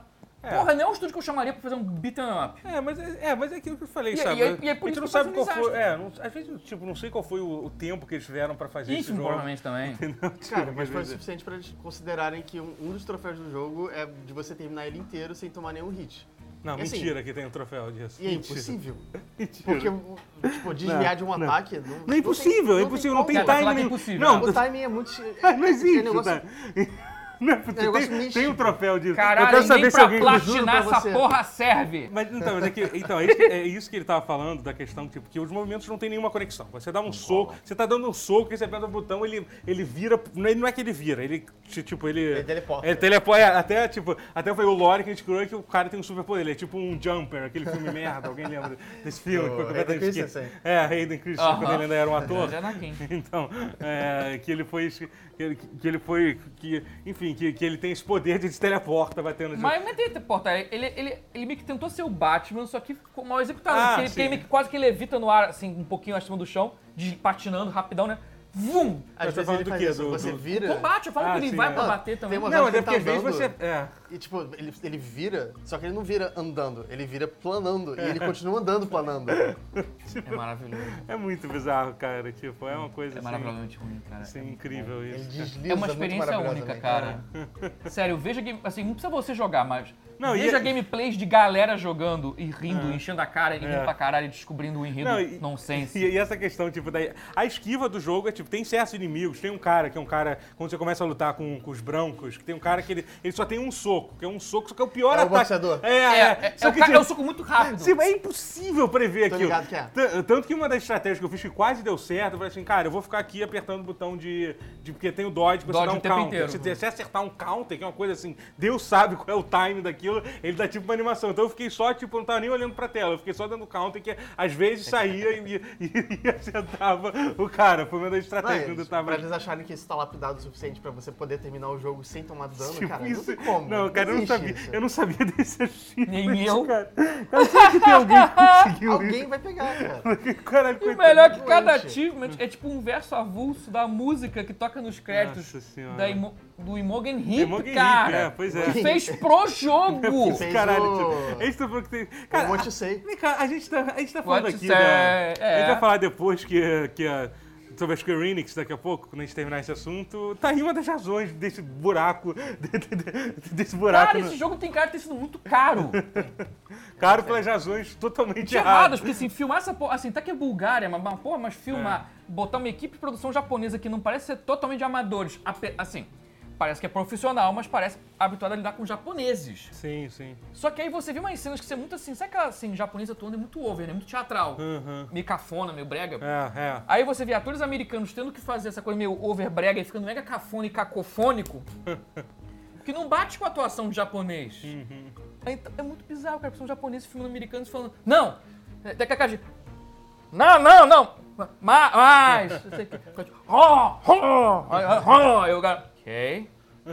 É. Porra, não é um estúdio que eu chamaria pra fazer um beat'em up. É, mas é, é, mas é aquilo que eu falei, E- sabe? e é- e é por a gente isso não que sabe faz qual um foi. desastre. É, não- às vezes, tipo, não sei qual foi o, o tempo que eles tiveram pra fazer esse Isso, jogo. provavelmente também. Entendeu? Tipo, Cara, mas às foi o vezes- suficiente pra eles considerarem que um, um dos troféus do jogo é de você terminar ele inteiro sem tomar nenhum hit. Não, E assim, mentira que tem um troféu disso. E é Mentira. impossível. Mentira. Porque, o- tipo, desviar de um não. ataque... Não, Não é impossível, é impossível, não tem Cara, timing. claro que é nenhum. impossível, Não, O timing é muito... não existe, é negócio- tá? Não é porque É um negócio tem, místico. tem um troféu disso. Eu Caralho, quero nem saber se pra alguém... platinar juro pra essa você. porra serve. Mas então, mas é, que, então é, isso que, é isso que ele tava falando, da questão tipo, que os movimentos não tem nenhuma conexão. Você dá um soco, você tá dando um soco, e você aperta o botão, ele, ele vira. Não é, não é que ele vira, ele tipo, ele. Ele teleporta. Ele teleporta. É, até, tipo, até foi o lore que a gente criou que o cara tem um superpoder. Ele é tipo um Jumper, aquele filme merda. Alguém lembra desse filme? Que foi O completamente Hayden esquecido. Christensen. É, Hayden Christensen, Aham. quando ele ainda era um ator. Já é Anakin. Então, é, que ele foi. Que ele, que ele foi. Que, enfim, que, que ele tem esse poder de se teleporta batendo. Mas não é teleportar, ele, ele, ele meio que tentou ser o Batman, só que ficou mal executado. Ah, porque ele, sim. porque ele meio que quase que levita no ar, assim, um pouquinho acima do chão, de, patinando rapidão, né? Vum! Às Você tá vezes falando ele do faz quê? isso. Do- Você do- vira... Combate, eu falo Ah, que ele sim, vai é. pra bater também. Tem uma- Não, Mas mas é ele porque às tá vezes você. andando. É. E, tipo, ele, ele vira, só que ele não vira andando, ele vira planando. E ele continua andando planando. É maravilhoso. É muito bizarro, cara. Tipo, é uma coisa É assim. maravilhosamente ruim, cara. Assim, É muito incrível Ele isso. desliza É uma muito experiência única, maravilhosamente. cara. Sério, veja game. Assim, não precisa você jogar, mas. Não, veja e- gameplays de galera jogando e rindo, enchendo a cara e rindo É. pra caralho e descobrindo o enredo Não, e- nonsense. E, e essa questão, tipo, da, a esquiva do jogo é, tipo, tem certos inimigos. Tem um cara, que é um cara, quando você começa a lutar com, com os brancos, que tem um cara que ele, ele só tem um soco, que é um soco, só que é o pior É o ataque. boxeador. É, É, é. é, Só é, o que, ca- tipo, é um soco muito rápido. Sim, é impossível prever Tô aquilo. ligado que é. T- Tanto que uma das estratégias que eu fiz que quase deu certo, eu falei assim, cara, eu vou ficar aqui apertando o botão de... de porque tem o dodge, pra você Dodge dar o um tempo counter. inteiro. Se você acertar um counter, que é uma coisa assim, Deus sabe qual é o time daquilo, ele dá tipo uma animação. Então eu fiquei só, tipo, não tava nem olhando pra tela, eu fiquei só dando counter, que às vezes saía e, e, e acertava o cara. Foi uma das estratégias Mas, quando eu tava... pra eles acharem que isso tá lapidado o suficiente pra você poder terminar o jogo sem tomar dano, Tipo, cara, isso- não tem como. Não, cara, eu não existe sabia. isso. Eu não sabia desse achievement, Nem eu. Cara. Eu sei que tem alguém que conseguiu Alguém vai pegar, cara. isso. Caralho, E o coitado. melhor é que cada doente. achievement é tipo um verso avulso da música que toca nos créditos Nossa senhora. da Imo- do Imogen Heap, Imogen Heap, cara. é, pois é. Que fez pro jogo. Fez Caralho, o- tipo, eles estão falando que tem. Cara, What You Say. vem cá, a gente tá, a gente tá falando What aqui. You Da, Say, A gente é. vai falar depois que, que a, sobre a Square Enix daqui a pouco, quando a gente terminar esse assunto. Tá aí uma das razões desse buraco. de- de- de- desse buraco. Cara, no- esse jogo tem cara de ter sido muito caro. Caro pelas razões totalmente De erradas. erradas, porque assim, filmar essa porra, assim, tá que é Bulgária, mas, mas, porra, mas filmar, É. botar uma equipe de produção japonesa que não parece ser totalmente de amadores, ape- assim, parece que é profissional, mas parece habituado a lidar com japoneses. Sim, sim. Só que aí você vê umas cenas que são muito assim, sabe aquela assim, japonesa atuando é muito over, né? Muito teatral. Uhum. Meio cafona, meio brega. É, é. Aí você vê atores americanos tendo que fazer essa coisa meio over brega e ficando mega cafona e cacofônico, que não bate com a atuação de japonês. Uhum. Aí, então, é muito bizarro, cara, porque são japoneses filmando americanos falando, não, é, tem aquela de, não, não, não, ma- mais, não sei o que, oh, oh, oh, eu, cara, ok,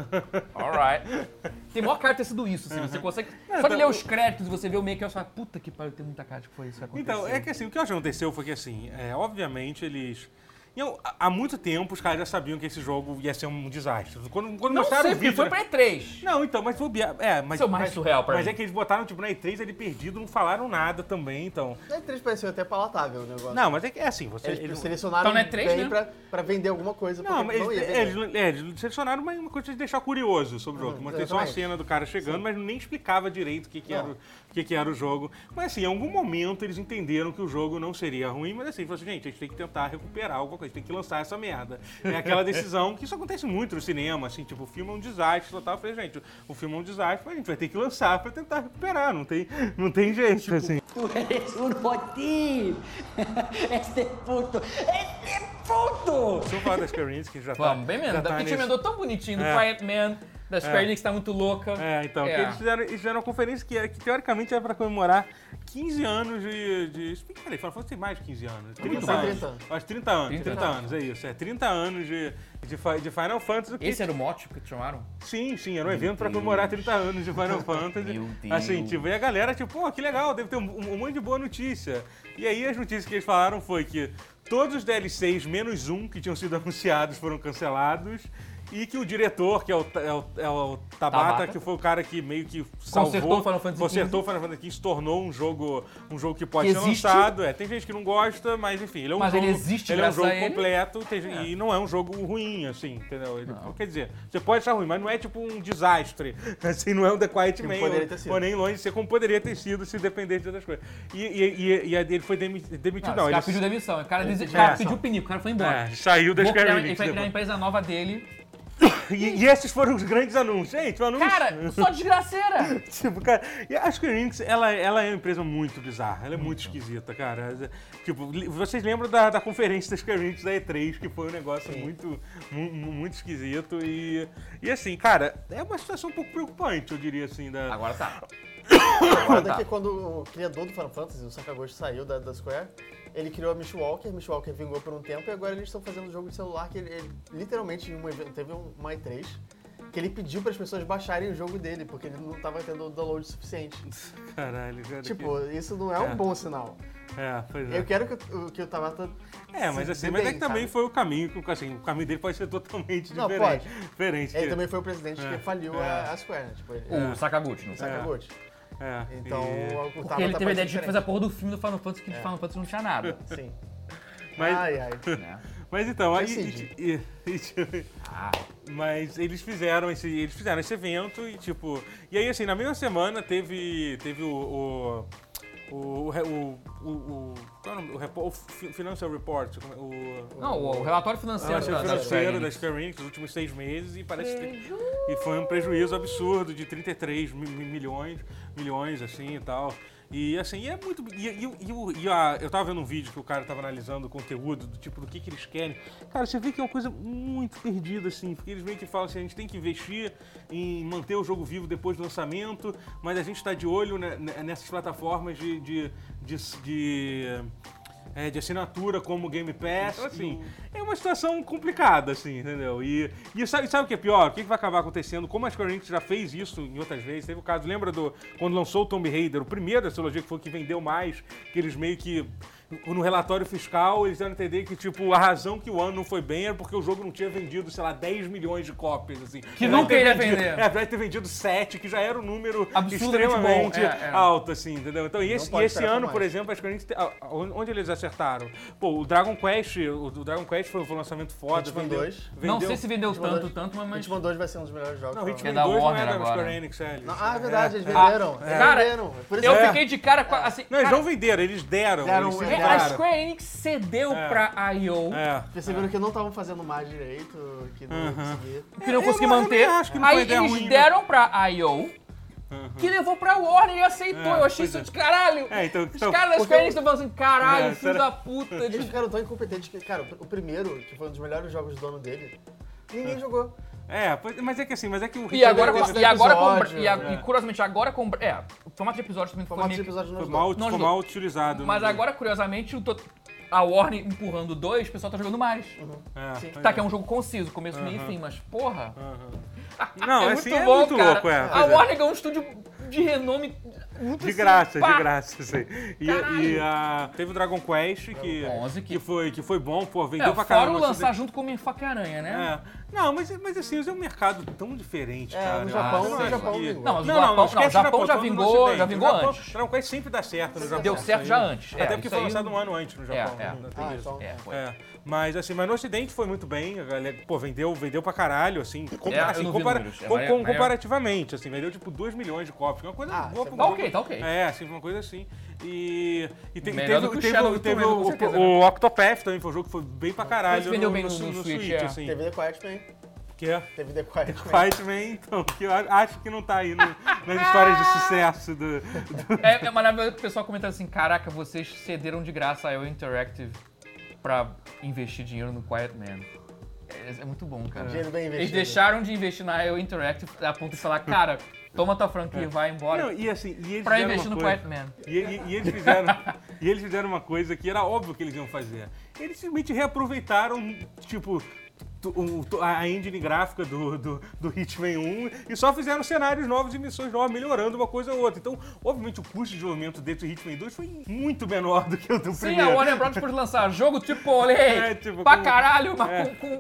alright. Tem maior cara de ter sido isso, assim, você consegue, só de ler os créditos e você vê o meio que você fala, puta que pariu, tem muita cara de que foi isso que aconteceu. Então, é que assim, o que eu acho que aconteceu foi que assim, é, obviamente eles. iam- há muito tempo os caras já sabiam que esse jogo ia ser um desastre. Quando, quando Não mostraram sei, o porque vídeo. foi pra E três. Não, então, mas foi. É, mas. Isso é o mais mas, surreal pra Mas mim. é que eles botaram, tipo, na E três ele perdido, não falaram nada também, então. Na E três pareceu até palatável o negócio. Não, mas é que é assim, você. Eles eles- selecionaram Então não é três, bem né? pra, pra vender alguma coisa. Não, porque mas não ia eles, vender. eles, é, eles selecionaram uma, uma coisa de deixar curioso sobre o jogo. Uhum, Mostrei só uma exatamente. cena do cara chegando, mas nem explicava direito o que, que, era, Não. o- o que, que era o jogo. Mas assim, em algum momento eles entenderam que o jogo não seria ruim, mas assim, falaram assim, gente, a gente tem que tentar recuperar alguma coisa, tem que lançar essa merda. É aquela decisão que isso acontece muito no cinema, assim, tipo, o filme é um desastre total. Eu falei, gente, o filme é um desastre, mas a gente vai ter que lançar pra tentar recuperar, não tem, não tem jeito, assim. Tú eres un botín. Este puto, este puto. Deixa eu falar das Square Enix, que já tá... Vamos, bem já menos. tá A gente nesse- emendou tão bonitinho do É. Quiet Man, da Square É. Enix tá muito louca. É, então, É. que eles, fizeram, eles fizeram uma conferência que, que teoricamente era pra comemorar quinze anos de... de peraí, Final Fantasy tem mais de quinze anos. trinta Foi anos. trinta. Acho trinta anos, trinta trinta anos, é isso. É trinta anos de, de, fi- de Final Fantasy. Que, Esse era o mote que te chamaram? Sim, sim, era um evento pra comemorar trinta anos de Final Fantasy. Meu Deus. Assim, tipo, e a galera, tipo, pô, que legal, deve ter um, um monte de boa notícia. E aí as notícias que eles falaram foi que todos os D L Cs, menos um, que tinham sido anunciados, foram cancelados. E que o diretor, que é o, é o, é o Tabata, Tabata. que foi o cara que meio que salvou, Consertou o Final Fantasy consertou o Final Fantasy quinze, se tornou um jogo, um jogo que pode Que ser existe. lançado. É, tem gente que não gosta, mas enfim, ele é um Mas jogo, ele existe ele é um graças jogo a ele. completo tem- e não é um jogo ruim, assim, entendeu? Ele- quer dizer, você pode achar ruim, mas não é tipo um desastre. Assim, não é um The Quiet Man, poderia ou, ter sido. ou nem longe de ser como poderia ter sido se dependesse de outras coisas. E, e, e, e a dele foi demi- demitido, Não, não. esse ele cara pediu demissão. O cara, desi- o É. cara pediu pinico, o cara foi embora. é, saiu da Vou Square criar, Enix ele vai criar a depois. empresa nova dele. E, e esses foram os grandes anúncios. Gente, o anúncio... Cara, só desgraceira! Tipo, cara, e a Square Enix, ela, ela é uma empresa muito bizarra, ela é muito esquisita, cara. Tipo, li- vocês lembram da, da conferência da Square Enix da E três, que foi um negócio muito, mu- mu- muito esquisito e, e assim, cara, é uma situação um pouco preocupante, eu diria assim, da... Agora tá. O foda Tá. é que quando o criador do Final Fantasy, o Sakaguchi, saiu da, da Square, ele criou a Mishwalker, Mishwalker vingou por um tempo e agora eles estão fazendo um jogo de celular que ele, ele literalmente, em um evento, teve um, uma E três, que ele pediu para as pessoas baixarem o jogo dele, porque ele não estava tendo download suficiente. Caralho, cara. Tipo, isso não é um É. bom sinal. que... É, pois é. Eu quero que o, que o Tabata É, mas se assim, dê mas é bem, que também sabe? foi o caminho, que, assim, o caminho dele pode ser totalmente Não, diferente. pode. Diferente. Ele que- também foi o presidente É, que faliu é. a, a Square, né? Tipo, ele, O Sakaguchi, não o sabe? Sakaguchi. É, Então, e- o Porque Tabata ele teve a pode ideia ser de fazer a porra do filme do Final Fantasy, que de Final Fantasy não tinha nada. diferente. Sim. Mas, Ai, ai. Né? mas então, aí... Decide. e- e- e- Ah, Mas eles fizeram esse, eles fizeram esse evento e tipo, e aí assim, na mesma semana teve teve o o o, o, o, o, qual é o nome? O, repo- o Fi- Financial Report, como é? o não, o relatório financeiro relatório da, da Square financeiro da Enix. Square Enix dos últimos seis meses e parece que e foi um prejuízo absurdo de trinta e três mi- mi- milhões, milhões assim e tal. E assim, e é muito. E, e, e, o- e a, eu tava vendo um vídeo que o cara tava analisando o conteúdo, do tipo, do que, que eles querem. Cara, você vê que é uma coisa muito perdida, assim, porque eles meio que falam assim, a gente tem que investir em manter o jogo vivo depois do lançamento, mas a gente tá de olho né, nessas plataformas de. de, de, de é, de assinatura como Game Pass, então, assim, é uma situação complicada, assim, entendeu? E, e sabe, sabe o que é pior? O que que vai acabar acontecendo? Como a Square Enix já fez isso em outras vezes, teve o caso, lembra do quando lançou o Tomb Raider, o primeiro da trilogia que foi o que vendeu mais, que eles meio que no relatório fiscal, eles deram a entender que, tipo, a razão que o ano não foi bem era porque o jogo não tinha vendido, sei lá, dez milhões de cópias, assim. Que Apesar nunca de ter iria vendido- vender. É, apesar de ter vendido sete, que já era um número Absurdamente extremamente bom, é, é. alto, assim, entendeu? Então, e esse, pode e esse esperar ano, por por mais. exemplo, a Square Enix, te- a- a- onde eles acertaram? Pô, o Dragon Quest, o, o Dragon Quest foi, foi um lançamento foda. Hitman vendeu, dois. vendeu, Não sei se vendeu Hitman tanto, dois. tanto, mas... mas... Hitman dois vai ser um dos melhores jogos. Não, provavelmente. Hitman É da dois não Warner é da agora. Square Enix, sério. Não, ah, é verdade, eles Ah, venderam. Eles cara, venderam. Por isso Eu É. fiquei de cara com a- assim... Não, eles cara, não venderam, eles deram. Deram, eles se é, a livraram. Square Enix cedeu É. pra I O, É. perceberam que não estavam fazendo mais direito, que não ia conseguir. que não Eu conseguiu não- eu manter. nem acho que não foi Aí ideia eles ruim, né? deram pra I O, que levou pra Warner e aceitou. É, Eu achei pois isso é. de caralho. É, então- Os então- caras da porque Square eu- Enix estão falando assim, caralho, É, filho será- da puta. Eles de- ficaram tão incompetentes que, cara, o primeiro, que foi um dos melhores jogos do dono dele, ninguém jogou. É, pois- mas é que assim, mas é que o E agora, Episódio, e agora com, episódio, e, a- é. e curiosamente, agora com. É, o formato de episódio também foi Formato meio de episódio não foi ajudou. mal, Não foi ajudou. mal utilizado. Mas no- agora, curiosamente, o to- a Warner empurrando dois, o pessoal tá jogando mais. É, Sim. pois Tá, é. que é um jogo conciso, começo, meio e fim, mas porra. Não, é assim, muito é bom, muito cara. louco, é. A pois é. Warner é um estúdio de renome muito De assim, graça, pá. de graça, assim. E, Caralho. e, ah, teve o Dragon Quest, que, onze, que... que- foi, que foi bom, pô, vendeu É, pra fora caramba. o no lançar junto com o Homem-Faca-Aranha, né? É. Não, mas, mas assim, é um mercado tão diferente, É, cara. no Eu Japão, acho no que- Japão que- vingou. Não, mas o Não, Japão, não, não, esquece o Japão já todo no vingou, Ocidente. já vingou O Japão- antes. Dragon Quest sempre dá certo no Japão. Deu certo isso já aí. antes. É, Até porque isso foi aí- lançado um ano antes no Japão. é. ainda tem Ah, isso. então. É, foi. É, mas assim, mas no Ocidente foi muito bem, a galera, pô, vendeu, vendeu pra caralho, assim, com- É, eu assim, não vi compara- números, é, com- mas é- com- mas é- comparativamente, assim, vendeu tipo dois milhões de cópias, que é uma coisa Ah, boa isso pro é Tá ok, tá ok. É, assim, foi uma coisa assim. E, e, te- e Melhor teve, do que o teve, Shadow of the teve Tomb Raider, o, com certeza, o, né? Octopath também, foi um jogo que foi bem pra caralho Mas vendeu no, bem no, no- no no Switch, Switch, é. assim. Teve The Quiet Man. Que é Teve The Quiet Man. Quiet Man, então, que eu acho que não tá aí no- nas histórias de sucesso do... do- É, é maravilhoso que o pessoal comentando assim, caraca, vocês cederam de graça a I O Interactive pra investir dinheiro no Quiet Man. É, é muito bom, cara. Dinheiro bem Eles investido. deixaram de investir na I O Interactive a ponto de falar, cara, toma tua franquia e vai embora. Não, e assim, e eles Pra fizeram investir uma no coisa- Quiet Man. E, e- e eles fizeram, e eles fizeram uma coisa que era óbvio que eles iam fazer. Eles simplesmente reaproveitaram, tipo, tu- o- tu- a engine gráfica do, do, do Hitman um e só fizeram cenários novos e missões novas, melhorando uma coisa ou outra. Então, obviamente, o custo de desenvolvimento dentro do Hitman dois foi muito menor do que o do Sim, primeiro. a Warner Bros. Pode lançar jogo tipo, olha, É, tipo, pra com- caralho, mas é. com, com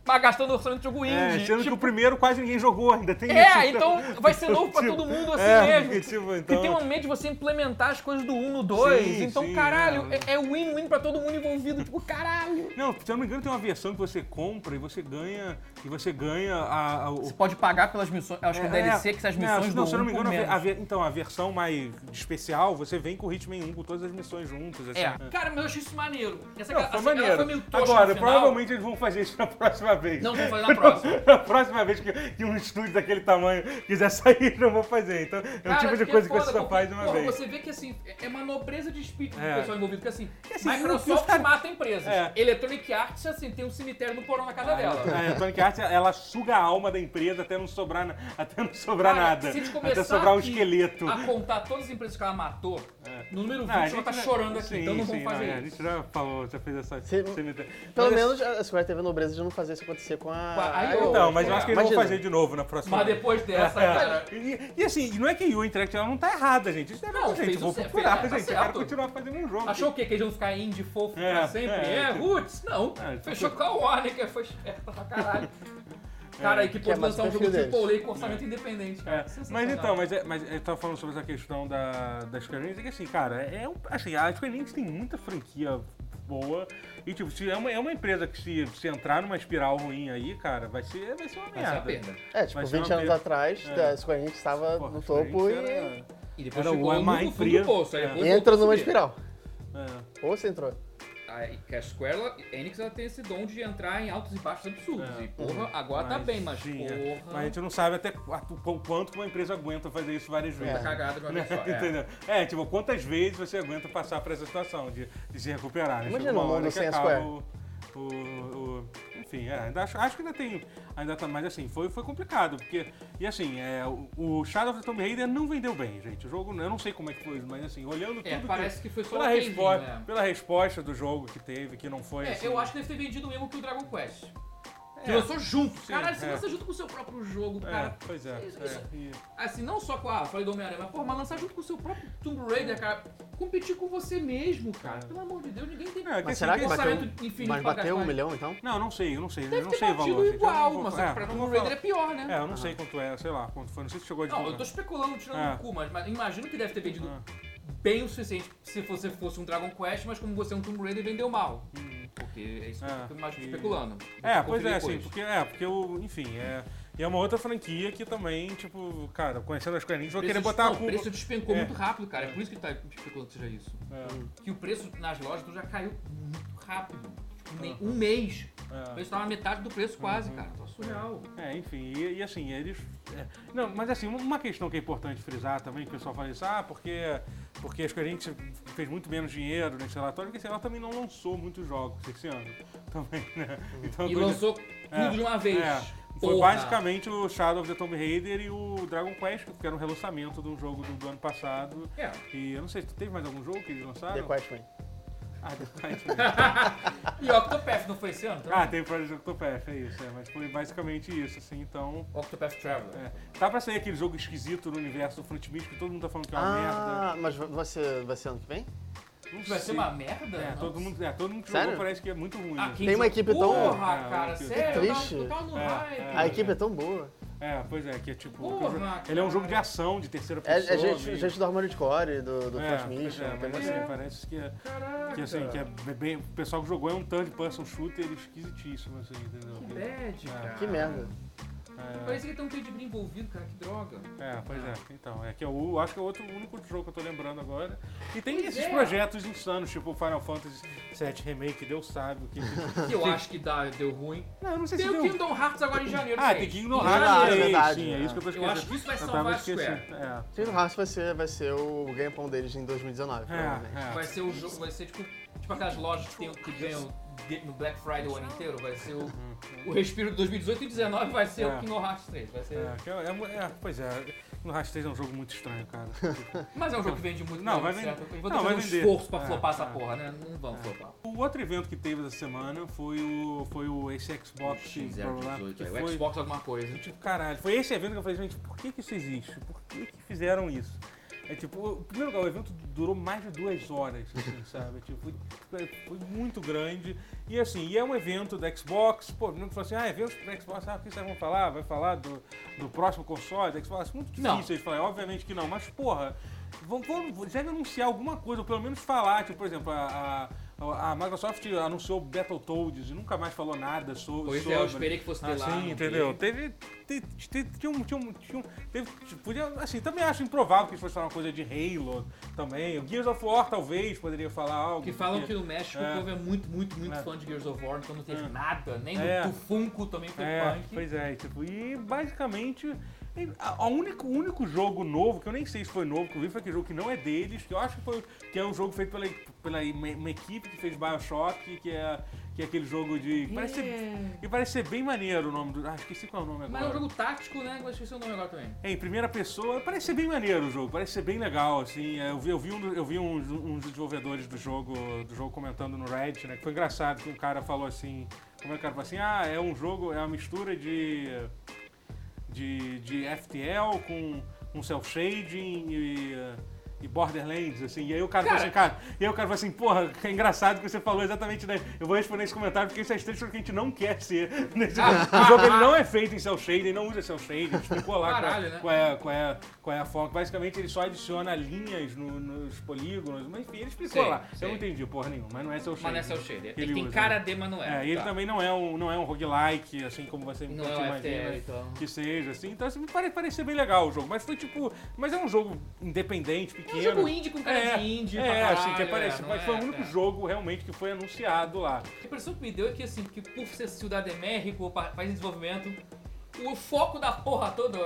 mas gastando orçamento de jogo indie. É, sendo que tipo, o primeiro quase ninguém jogou ainda, tem isso. É, então vai ser novo pra Tipo, todo mundo assim é, mesmo. porque, tipo, Porque então- tem um momento de você implementar as coisas do um no dois. Sim, Então, sim, caralho, é. é é win-win pra todo mundo envolvido. Tipo, caralho. Não, se eu não me engano, tem uma versão que você compra e você ganha. E você ganha a. a- o- Você pode pagar pelas missões. Eu acho que é D L C que as missões não, do se eu não um me por engano, a ve- menos. a ve- então, a versão mais especial, você vem com o Hitman um com todas as missões juntas. Assim, É, né? cara, mas eu achei isso maneiro. Essa Não, assim, foi ela maneiro. foi meio tosca Agora, no final. provavelmente eles vão fazer isso na próxima vez. Não, vão fazer na próxima. Na próxima vez que, que um estúdio daquele tamanho quiser sair, não vou fazer. Então, é o Cara, tipo de que coisa é que você foda, só porque, faz uma porra, vez. Você vê que assim, é é uma nobreza de espírito É. do pessoal envolvido, porque assim, assim, Microsoft os caras- mata empresas. É. Electronic Arts, assim, tem um cemitério no porão na casa dela. A Electronic Arts, ela suga a alma da empresa até não sobrar, na- até não sobrar Cara, nada. se a gente Até começar sobrar um aqui esqueleto. a contar todas as empresas que ela matou, no número vinte Não, a ela gente tá já- chorando aqui, sim, então não sim, vamos fazer é, A isso. gente já falou, já fez essa... Se- cemitério. Pelo Mas, menos a Square teve a nobreza de não fazer isso acontecer com a... Com a a I O. I O. Então, mas eu acho que eles vão Imagina. fazer de novo na próxima Mas vez. depois dessa, É. cara... E, e assim, não é que a I O Interactive ela não tá errada, gente. Isso é Não, não, gente, fez vou o certo, procurar, fez, tá gente. Eu quero certo. continuar fazendo um jogo. Achou o quê? Que eles vão ficar indie fofo É, pra sempre? é, É, tipo- roots? Não. É, Fechou tipo- com a Warner, que foi esperta pra caralho. Cara, aí que Que é pode mais lançar um o jogo perfil triple A deles. com orçamento independente, É, cara. mas Sensacional. então, mas, é, mas eu tava falando sobre essa questão da, da Square Enix, é que assim, cara, é um, assim, a Square Enix tem muita franquia boa e, tipo, se é uma, é uma empresa que se, se entrar numa espiral ruim aí, cara, vai ser, vai ser uma Vai ser uma merda. perda. É, tipo, Vai ser vinte uma anos perda. atrás, É. a Square Enix estava Porra, no a Square topo Enix e era- E depois Era ficou uma no fundo empresa- do poço. Aí é. depois e entra voltou a numa subir. espiral. É. Ou você entrou. A que a Square, ela- a Enix, ela tem esse dom de entrar em altos e baixos absurdos. É. E, porra, agora tá bem, mas, sim, porra... é. Mas a gente não sabe até qu- o quanto uma empresa aguenta fazer isso várias vezes. Tá cagada de uma vez só. É. Entendeu? É, tipo, quantas vezes você aguenta passar por essa situação de, de se recuperar, né? Imagina Chega uma um mundo hora que sem a acaba Square. o, o, o- enfim, é, ainda acho, acho que ainda tem, ainda tá, mas assim, foi, foi complicado, porque, e assim, é, o, o Shadow of the Tomb Raider não vendeu bem, gente, o jogo, eu não sei como é que foi, mas assim, olhando É, tudo parece que foi só pela, um queijinho, resposta, né? pela resposta do jogo que teve, que não foi É, assim... eu acho que deve ter vendido mesmo que o Dragon Quest. Que É. lançou junto. Sim, Caralho, você é. lança junto com o seu próprio jogo, É, cara. pois é, Isso- é, isso- e- Assim, não só com a, falei do Homem-Aranha, mas, porra, mas lançar junto com o seu próprio Tomb Raider, cara. Competir com você mesmo, cara. Pelo amor de Deus, ninguém tem É, que Mas assim, será que esse- bateu, orçamento infinito mas pra bateu um gastar. milhão, então? Não, não sei, eu não sei, eu Deve não ter sei o batido valor, gente. eu igual, não vou- mas é, pra não Tomb vou Raider é falar. pior, né? É, eu não sei quanto é, sei lá, quanto foi, não sei se chegou a Não, eu divulgar. tô especulando, tirando É. o cu, mas, mas imagino que deve ter vendido Ah. bem o suficiente se você fosse um Dragon Quest, mas como você é um Tomb Raider, vendeu mal. Porque é isso que É, eu imagino e- especulando. É, Vou pois conferir é, assim, depois. porque, é, porque o, enfim, é, e é uma outra franquia que também, tipo, cara, conhecendo as Square Enix, vou Preço querer des- botar não, a culpa... O preço despencou É. muito rápido, cara. É por isso que ele tá especulando que seja isso. É, Que o preço nas lojas já caiu muito rápido. Tipo, nem um mês. O é. preço tava metade do preço quase, cara. Tá surreal. É, enfim, e, e assim, eles... é, não, mas assim, uma questão que é importante frisar também, que o pessoal fala isso, ah, porque, porque a Square Enix fez muito menos dinheiro nesse relatório, porque assim, ela também não lançou muitos jogos esse ano, também, né? Então, E coisa- lançou tudo É, de uma vez. é. Foi Porra. basicamente o Shadow of the Tomb Raider e o Dragon Quest, que era um relançamento de um jogo do, do ano passado. É. E eu não sei, teve mais algum jogo que eles lançaram? The Questman. Ah, The Quest. E Octopath não foi esse ano também? Ah, tem Project Octopath, é isso, é, mas foi basicamente isso, assim, então... Octopath Traveler. É. Tá pra sair aquele jogo esquisito no universo do Front Mission, que todo mundo tá falando que é uma merda. Ah, mas vai ser, vai ser ano que vem? Não Vai ser sei. uma merda? É, Nossa. todo mundo, é, todo mundo que Sério? jogou parece que é muito ruim. Ah, assim. quem Tem uma jogou- equipe tão- Porra, É, cara, que sério? triste. Eu tava, eu tava no É, hype. é. A equipe é tão boa. É, pois é, que é tipo... Porra, ele é um jogo cara. de ação, de terceira É, pessoa. é gente, meio- gente do Armored Core, do, do É, Flash pois Mission. é, tem mas uma- assim, parece que é... Caraca. Que assim, que é bem, o pessoal que jogou é um third person shooter esquisitíssimo, assim, entendeu? Que bad, cara. Que merda. É, Parece que tem um pedigree envolvido, cara, que droga. é, pois é, então, é que é o, acho que é o outro o único jogo que eu tô lembrando agora. E tem Pois esses é. projetos insanos, tipo o Final Fantasy sete Remake, Deus sabe o que... Que eu acho que dá, deu ruim. Não, eu não sei Tem se o deu... Kingdom Hearts agora em janeiro, Ah, gente. tem Kingdom Em Hearts, janeiro, sim, é verdade, sim, é é. isso que eu tô Eu esquecendo. acho que isso vai Eu salvar tava a Square. esquecendo, é. Kingdom Hearts vai ser, vai ser o ganha-pão deles em dois mil e dezenove, provavelmente. É, Vai ser o jogo, vai ser tipo, tipo aquelas lojas que, tem, que ganham de- no Black Friday o ano inteiro. Vai ser o, o respiro de dois mil e dezoito e dezenove vai ser É. o Kingdom Hearts três. Vai ser... É, que é, é, é, pois é, no Hearts três é um jogo muito estranho, cara. Mas é um jogo que vende muito. Não, bem, vai certo? vender. Eu vou Não, ter que vai fazer um vender. esforço pra É, flopar essa é. porra, né? Não vamos flopar. O outro evento que teve essa semana foi o, foi o esse Xbox X blá, blá, zero blá, dezoito, que é, foi- o Xbox alguma coisa. Tipo, caralho, foi esse evento que eu falei, gente, por que que isso existe? Por que que fizeram isso? É tipo, o primeiro lugar, o evento durou mais de duas horas, assim, sabe? Tipo, foi, foi muito grande. E assim, e é um evento da Xbox, pô, não falou assim, ah, eventos da Xbox, ah, o que vocês vão falar? Vai falar do, do próximo console da Xbox? Muito difícil Não. eles falarem, obviamente que não, mas porra, vão, vão, deve anunciar alguma coisa, ou pelo menos falar, tipo, por exemplo, a, a, a Microsoft anunciou Battletoads e nunca mais falou nada so, Pois sobre. é, eu esperei que fosse ter lá. Assim, não entendeu? teve. Teve, te- te- tinha um, tinha um, tinha um, teve, podia, assim, também acho improvável que eles fossem falar uma coisa de Halo também. O Gears of War talvez poderia falar algo. Que falam porque- que no México é. o povo é muito, muito, muito É. fã de Gears of War, então não teve É. nada, nem É. do Funko também foi É, punk. pois é, tipo, e basicamente a, a único, o único jogo novo, que eu nem sei se foi novo, que eu vi foi aquele jogo que não é deles, que eu acho que, foi, que é um jogo feito pela, pela uma, uma equipe que fez Bioshock, que é, que é aquele jogo de... que Parece, ser, que parece ser bem maneiro o nome do... Ah, esqueci qual é o nome agora. Mas é um jogo tático, né? Eu esqueci o nome agora também. É, em primeira pessoa, parece ser bem maneiro o jogo, parece ser bem legal, assim. é, Eu vi, eu vi, um, do- eu vi uns, uns desenvolvedores do jogo, do jogo comentando no Reddit, né? Que foi engraçado que um cara falou assim. Como é que o cara falou assim? Ah, é um jogo, é uma mistura de. de, de F T L com, com cel shading e. E Borderlands, assim, e aí o cara, Cara. falou assim, cara, e aí o cara falou assim, porra, é engraçado que você falou exatamente, né? Eu vou responder esse comentário porque essas três coisas que a gente não quer ser nesse jogo. O jogo ele não é feito em cel shading, não usa cel shading, explicou lá Caralho, né? qual, é, qual, é, qual é a forma. Basicamente ele só adiciona linhas no- nos polígonos, mas enfim, ele explicou Sei, lá. sei. Eu não entendi porra nenhuma, mas não é cel shading. Mas não é cel shading. que Ele tem usa, cara né? de, mas não é. É, e ele Tá. também não é um, não é um roguelike, assim como você Não você é um imagina F T L, então. que seja, assim. Então, assim, me pare, parecia bem legal o jogo, mas foi tipo... Mas é um jogo independente, É pequeno. um jogo indie com cara É, de indie é, pra caralho, assim, que aparece, não mas é, foi o único é. jogo realmente que foi anunciado lá. A impressão que me deu é que, assim, porque por ser Cidade de México, pa- país em desenvolvimento, o foco da porra toda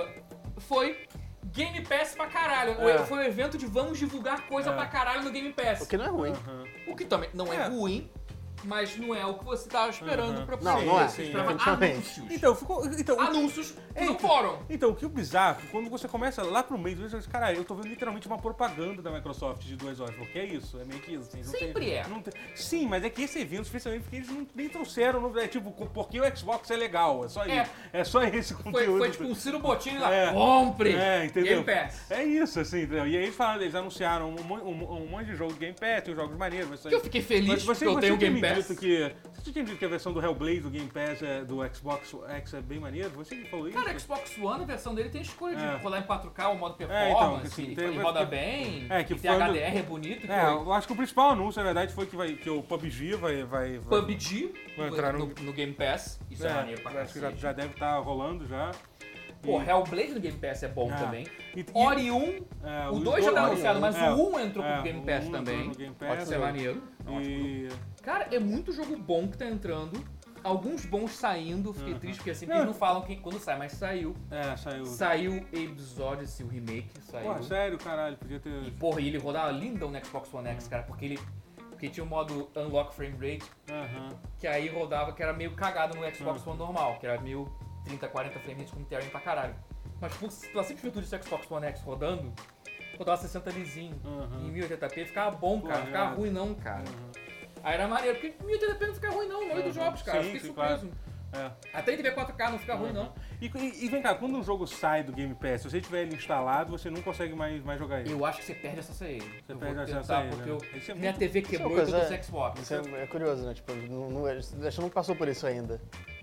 foi Game Pass pra caralho. O- É. Foi um evento de vamos divulgar coisa É. pra caralho no Game Pass. O que não é ruim. O que também não é, É. ruim, mas não é o que você tava esperando Uhum. pra Não, você. não é. Você esperava Definitivamente. anúncios. Então, ficou... Então, Anúncios que não Eita. foram. Então, o que o bizarro, quando você começa lá pro meio, você diz, cara, eu tô vendo literalmente uma propaganda da Microsoft de duas horas. Porque é isso, é meio que isso. Assim, não Sempre tem- é. não tem- Sim, mas é que esse evento, especialmente porque eles não, nem trouxeram, no- é tipo, porque o Xbox é legal, é só É. isso. É só esse Foi, conteúdo. foi tipo um Ciro Bottini lá, É. compre É, entendeu? Game Pass. É isso, assim, entendeu? E aí eles falaram, eles anunciaram um, mon- um- um monte de jogo de Game Pass, tem os jogos maneiros, mas Que eu fiquei feliz porque eu tenho tinha Game me Pass. dito que, você tinha dito que a versão do Hellblade do Game Pass é, do Xbox X é bem maneiro? Você que falou isso? Cara, o Xbox One, a versão dele tem escolha de É. rodar em quatro K, o modo É, performance, então, que assim, e tem- roda que- bem, é, que e tem quando- H D R, é bonito. É, foi eu acho que o principal anúncio, na verdade, foi que, vai, que o P U B G vai... vai, vai P U B G vai no, entrar no- no- no Game Pass, isso é, é, maneiro pra acho que já, cacete. já deve estar rolando já. Pô, E- Hellblade no Game Pass é bom É. também. E- e- Ori um, é, o os dois já tá dois- anunciado, mas é, o um entrou é, pro Game o Pass um também. entrou no Game Pass, Pode ser é. maneiro. E... Cara, é muito jogo bom que tá entrando. Alguns bons saindo, eu fiquei Uhum. triste porque assim, Não. eles não falam quem, quando sai, mas saiu. É, saiu... Saiu Abe's Odyssey, o remake, saiu. Porra, sério, caralho, podia ter... E porra, e ele rodava lindão no Xbox One X, cara, porque ele porque tinha o modo Unlock Frame Rate, Aham. que aí rodava, que era meio cagado no Xbox One normal, que era mil, trinta, quarenta frames com tearing pra caralho. Mas por, pela simples virtude do Xbox One X rodando, rodava sessenta lisinho, Uhum. em mil e oitenta p, ficava bom, cara, Pô, não ficava é. ruim não, cara. Uhum. Aí era maneiro, porque mil e oitenta p não fica ruim não, no meio dos Uhum. jogos, cara, eu Sim, fiquei sim, surpreso. É. Até em T V quatro K não fica ruim não. E, e- e vem cá, quando um jogo sai do Game Pass, se você tiver ele instalado, você não consegue mais, mais jogar ele. Eu acho que você perde acesso a ele. Eu perde vou acesso tentar, a ele, porque né? eu, Isso é minha muito- T V Isso é uma quebrou e eu tô coisa- com o Xbox. Isso é, é curioso, né? Tipo, não, não, a gente não passou por isso ainda.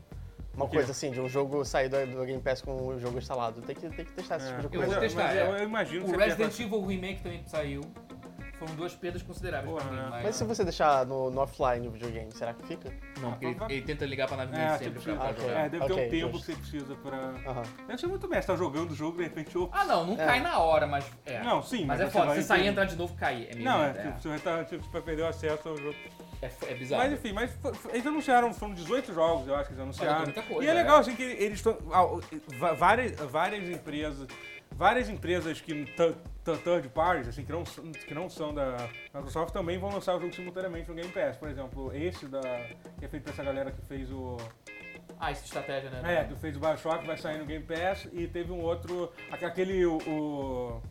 Uma O quê? coisa assim, de um jogo sair do, do Game Pass com o jogo instalado. Tem que, tem que testar esse tipo de Eu coisa. vou mas, testar, mas é. eu, eu imagino que O você Resident perca- Evil Remake também saiu. Foram duas perdas consideráveis Porra, pra mim. né? Mas, Mas se você deixar no, no offline o videogame, será que fica? Não, porque ele, ele tenta ligar pra nave É, dele você sempre pra, precisa- pra Ah, ok. jogar. é, deve ter Ok, um tempo justo. que você precisa pra... Aham. Deve ser muito bem, você tá jogando o jogo, de repente... opa. Ah, não, não É. cai na hora, mas é. Não, sim, Mas, mas é você foda, vai se sair e ter- entrar de novo, cair. É meio Não, é, merda, tipo, você vai estar, tipo, você vai perder o acesso ao jogo. é. É, é bizarro. Mas enfim, mas foi- foi- eles anunciaram, foram dezoito jogos, eu acho que eles anunciaram. Olha, tem muita coisa, e é é. legal, assim, que eles estão... ah, va- Várias, várias empresas... Várias empresas que t- t- third parties, assim, que não, são- que não são da Microsoft, também vão lançar o jogo simultaneamente no Game Pass. Por exemplo, esse da, que é feito por essa galera que fez o... Ah, isso é estratégia, né? É, que fez o Bioshock, vai sair no Game Pass. E teve um outro... aque- Aquele... O, o,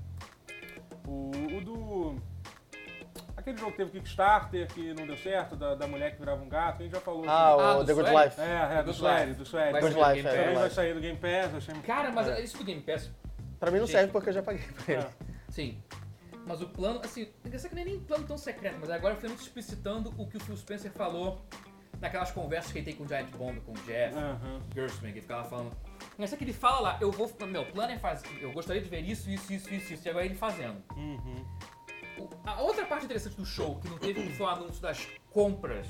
o, o do... Aquele jogo que teve Kickstarter, que não deu certo, da, da mulher que virava um gato, a gente já falou. Ah, assim. Ah, o do The Good Sweat? Life. É, é, do Good Swery, Life. do Swery. Vai Good sair no Life, Game é, Também Pass. vai Life. sair do Game Pass, achei... Cara, mas é. isso do Game Pass, Pra mim não Gente. serve porque eu já paguei pra ele. É. sim. Mas o plano, assim, isso aqui não é nem plano tão secreto, mas agora finalmente explicitando o que o Phil Spencer falou naquelas conversas que ele tem com o Giant Bomb, com o Jeff, Aham. Gerstmann, que ele ficava falando. Mas que ele fala lá, eu vou. Meu plano é fazer. Eu gostaria de ver isso, isso, isso, isso, isso. E agora ele fazendo. Uhum. O- A outra parte interessante do show, que não teve, que foi o anúncio das compras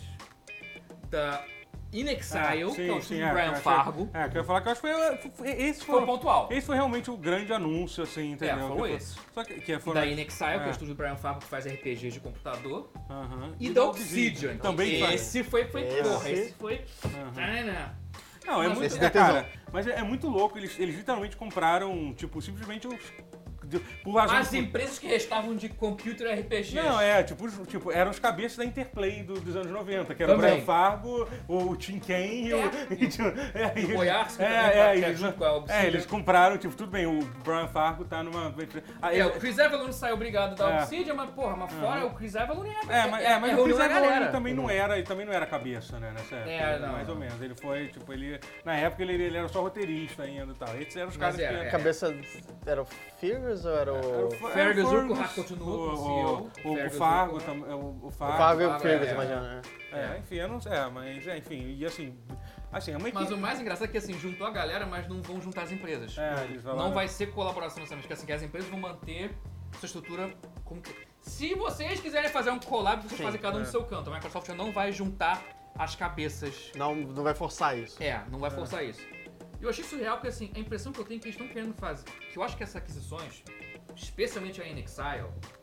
da Inexile, Ah, que é o sim, estúdio sim, do é, Brian eu achei- Fargo. É, que eu ia falar que eu acho que foi, foi- esse Foi foi, o pontual. esse foi realmente o grande anúncio, assim, entendeu? É, foi Que foi- esse. Só que, que foi Da Inexile, que é é. o estúdio do Brian Fargo que faz R P Gs de computador. Aham. E, da Obsidian. Também que faz. esse foi, foi Esse- porra, esse foi... Aham. Não, é Mas muito, esse é, dá tesão. cara, mas é, é muito louco, eles, eles literalmente compraram, tipo, simplesmente os... de- Por razão As de- empresas que restavam de computer R P Gs. Não, é, tipo, os- tipo, eram os cabeças da Interplay do- dos anos noventa, que era o Também. Brian Fargo, o Tim Kaine e o... É. e, tipo, é, e O eles- Boyarsky é, também, é, que é eles, junto com a Obsidian. é, eles compraram, tipo, tudo bem, o Brian Fargo tá numa... Ah, É, ele- o Chris Avalon saiu obrigado da É. Obsidian, mas porra, mas fora o Chris Avalon é... É, mas, é, mas o reuniu Chris a Avalon galera. ele também não era, ele também não era cabeça, né, nessa época, É, ele- não, mais ou não. menos. Ele foi, tipo, ele... Na época ele, ele era só roteirista ainda e tal. Esses eram os Mas caras era, que... é. Cabeça. Era o Fergus ou era Era o. o Fer- Fergus era Urquhart continua como C E O. o, o, o Fergus Fargo, Urquhart. tam- é, o, o O Fargo. Fargo e o Fargo, Fergus, é, imagina, né? É, enfim, eu não sei, é, mas, é, enfim, e assim, assim, é uma equipe... Mas o mais engraçado é que assim, juntou a galera, mas não vão juntar as empresas. É, eles falaram- Não vai ser colaboração necessariamente, porque assim, que as empresas vão manter sua estrutura como que... Se vocês quiserem fazer um collab, vocês Sim, fazem cada um é. do seu canto. A Microsoft não vai juntar as cabeças. Não, não vai forçar isso. É, não vai forçar isso. E eu achei surreal porque assim, a impressão que eu tenho é que eles estão querendo fazer, que eu acho que essas aquisições, especialmente a Inexile,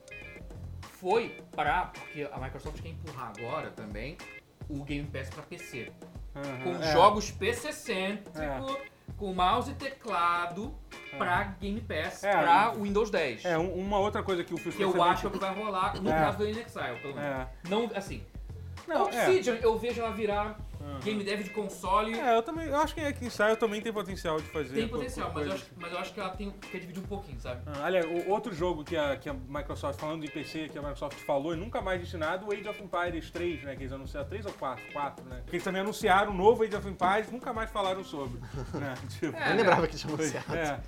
foi pra, porque a Microsoft quer empurrar agora também o Game Pass pra P C. Aham, Com é. jogos P C-cêntrico, É. com mouse e teclado pra Game Pass, É, pra Windows dez. É, um- uma outra coisa que o Phil Que eu Spencer- acho que é o que vai rolar no É. caso do Inexile, pelo menos. É. Não, assim, Não, Obsidian eu vejo ela virar game dev de console. É, eu também, eu acho que a Inexile também tem potencial de fazer. Tem co- potencial, co- mas eu, coisas. acho, mas eu acho que ela tem que dividir um pouquinho, sabe? Ah, aliás, o outro jogo que a, que a Microsoft, falando em P C, que a Microsoft falou e nunca mais disse nada, o Age of Empires três, né? Que eles anunciaram, três ou quatro? quatro, né? Que eles também anunciaram o novo Age of Empires, nunca mais falaram sobre. né? Tipo, É, Eu lembrava que tinha foi- anunciado. é.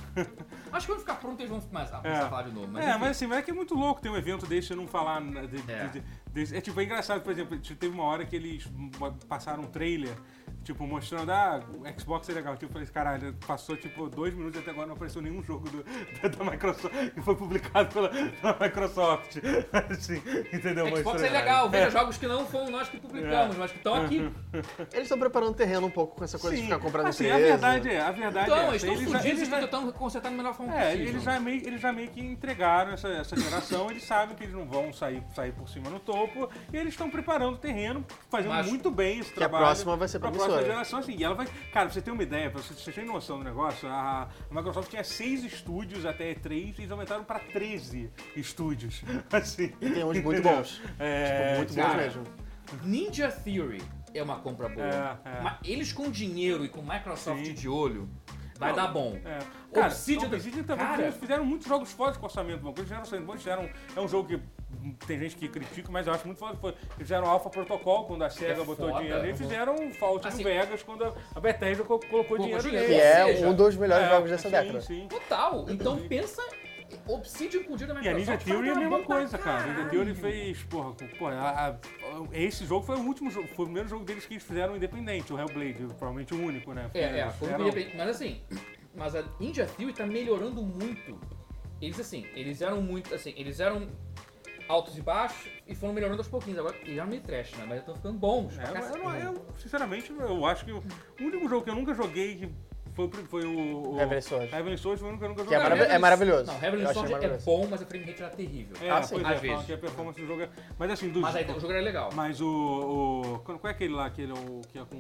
Acho que quando ficar pronto eles vão começar a É. falar de novo. Mas, é, enfim. mas assim, mas é que é muito louco ter um evento desse e não falar. né, De, É. de- de- de- é tipo, é engraçado, por exemplo, teve uma hora que eles mo- passaram um trailer, tipo, mostrando, ah, o Xbox é legal. Tipo, eu falei, caralho, passou tipo dois minutos e até agora não apareceu nenhum jogo do- da, da Microsoft que foi publicado pela, pela Microsoft. Assim, entendeu? Xbox Mostrando, é legal, veja É. jogos que não fomos nós que publicamos, É. mas que estão aqui. Eles estão preparando terreno um pouco com essa coisa de Sim, ficar comprando assim, empresa. a verdade é, a verdade Então, é eles essa. estão Eles já- fudidos e eles estão já- tentando consertar da melhor forma É, possível. eles já, meio, eles já meio que entregaram essa, essa geração, eles sabem que eles não vão sair, sair por cima no topo, e eles estão preparando o terreno, fazendo Mas- muito bem esse Que a trabalho. próxima vai ser pra promissora. próxima geração, assim, e ela vai... Cara, pra você ter uma ideia, pra você, você ter noção do negócio, a, a Microsoft tinha seis estúdios até E três, e eles aumentaram pra treze estúdios, assim. E tem uns muito bons. É, Tipo, muito bons cara, mesmo. Ninja Theory é uma compra boa. É, é. Mas eles com dinheiro e com Microsoft Sim. de olho, vai Não, dar bom. É. Cara, Obsidian, Obsidian também cara, eles fizeram muitos jogos fortes com orçamento bom. Eles fizeram sendo bons, fizeram, é um jogo que hum, tem gente que critica, mas eu acho muito foda. Foi, eles fizeram Alpha Protocol quando a SEGA É botou foda. dinheiro. Eles fizeram Fallout Assim, New Vegas quando a- a Bethesda co- colocou dinheiro dinheiro. nele. Que é Ou seja, um dos melhores É, jogos dessa sim, década. Sim. Total. Então pensa, Obsidian com o dinheiro da E a Microsoft. Ninja Theory é a vai dar mesma bom pra coisa, cara. A Ninja caralho. Theory fez, porra, com- porra a- a- esse jogo foi o último jogo, foi o primeiro jogo deles que eles fizeram independente, o Hellblade, provavelmente o único, né? É, é, Eles foi fizeram- independente. Mas assim, mas a Ninja Theory tá melhorando muito. Eles assim, eles eram muito, assim, eles eram altos e baixos e foram melhorando aos pouquinhos. Agora eles eram meio trash, né? Mas estão ficando bons. É, pra eu, cacete. eu, eu, sinceramente, eu acho que o único jogo que eu nunca joguei que foi, o pri- foi o... o Heavenly Sword. Heavenly Sword foi o único que eu nunca Que é, joguei. marav- é maravilhoso. Não, Heavenly Eu achei Sword é maravilhoso. bom, mas a frame rate era terrível. É, Ah, sim. pois Às é, falam vezes. que a performance do jogo é... Mas assim, dos... Mas aí, o jogo era legal. Mas o, o... Qual é aquele lá, aquele o, que é com...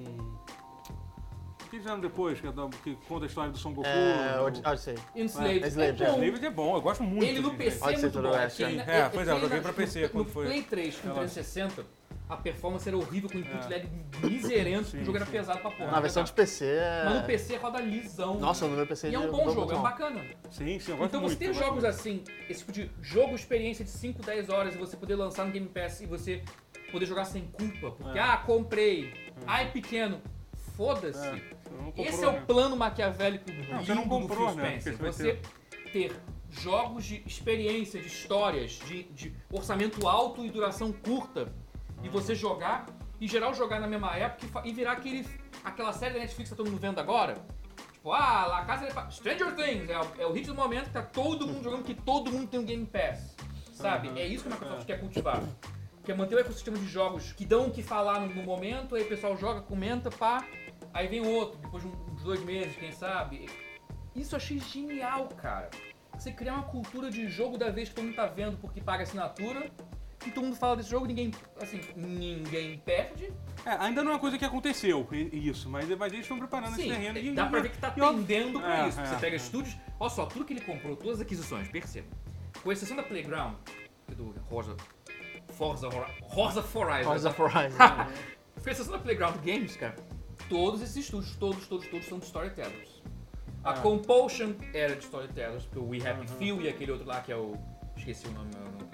O que eles fizeram depois, que, é da- que conta a história do Son Goku? É, o- o- ah, eu sei. Enslaved, Enslaved, é é. bom. David é bom, eu gosto muito. Ele no assim, P C é Pode ser muito tudo bom. West, Ele sim. na- É, ele- pois é, eu ele joguei na- pra P C no- quando no foi. Play três com Ela- trezentos e sessenta, a performance era horrível, com input É. lag miserento, Sim, o jogo era sim. pesado pra porra. Na versão de P C é... Mas no P C roda lisão. Nossa, no meu P C E é um de- bom do jogo, é botão. bacana. Sim, sim, eu gosto Então muito. você ter eu gosto jogos muito. assim, esse tipo de jogo experiência de cinco, dez horas e você poder lançar no Game Pass e você poder jogar sem culpa, porque É. ah, comprei, ai pequeno, foda-se. É, você não comprou, Esse é o né? plano maquiavélico do Não, você não comprou, do Phil né? Spencer. Porque Você ter jogos de experiência, de histórias, de, de orçamento alto e duração curta, e você jogar, em geral jogar na mesma época e, fa- e virar aquele, aquela série da Netflix que tá todo mundo vendo agora. Tipo, ah, La Casa de Pa- Stranger Things, é, o- é o hit do momento que tá todo mundo jogando, que todo mundo tem um Game Pass, sabe? É isso que a Microsoft quer cultivar. Quer manter o ecossistema de jogos que dão o que falar no, no momento, aí o pessoal joga, comenta, pá, aí vem outro, depois de uns dois meses, quem sabe. Isso eu achei genial, cara. Você criar uma cultura de jogo da vez que todo mundo tá vendo porque paga assinatura, e todo mundo fala desse jogo, ninguém, assim, ninguém perde. É, ainda não é uma coisa que aconteceu, i- isso, mas, mas eles estão preparando esse Sim, terreno. e- dá pra ver que tá e ó- tendendo pra É, isso. é, Você pega é. estúdios, olha só, tudo que ele comprou, todas as aquisições, perceba. Com exceção da Playground, do Forza, Forza, Hori- Forza Horizon. Forza Horizon. Com exceção da Playground Games, cara, todos esses estúdios, todos, todos, todos são de storytellers. A Ah. Compulsion era de storytellers, porque o We Happy Few e aquele outro lá que é o... esqueci o nome, o nome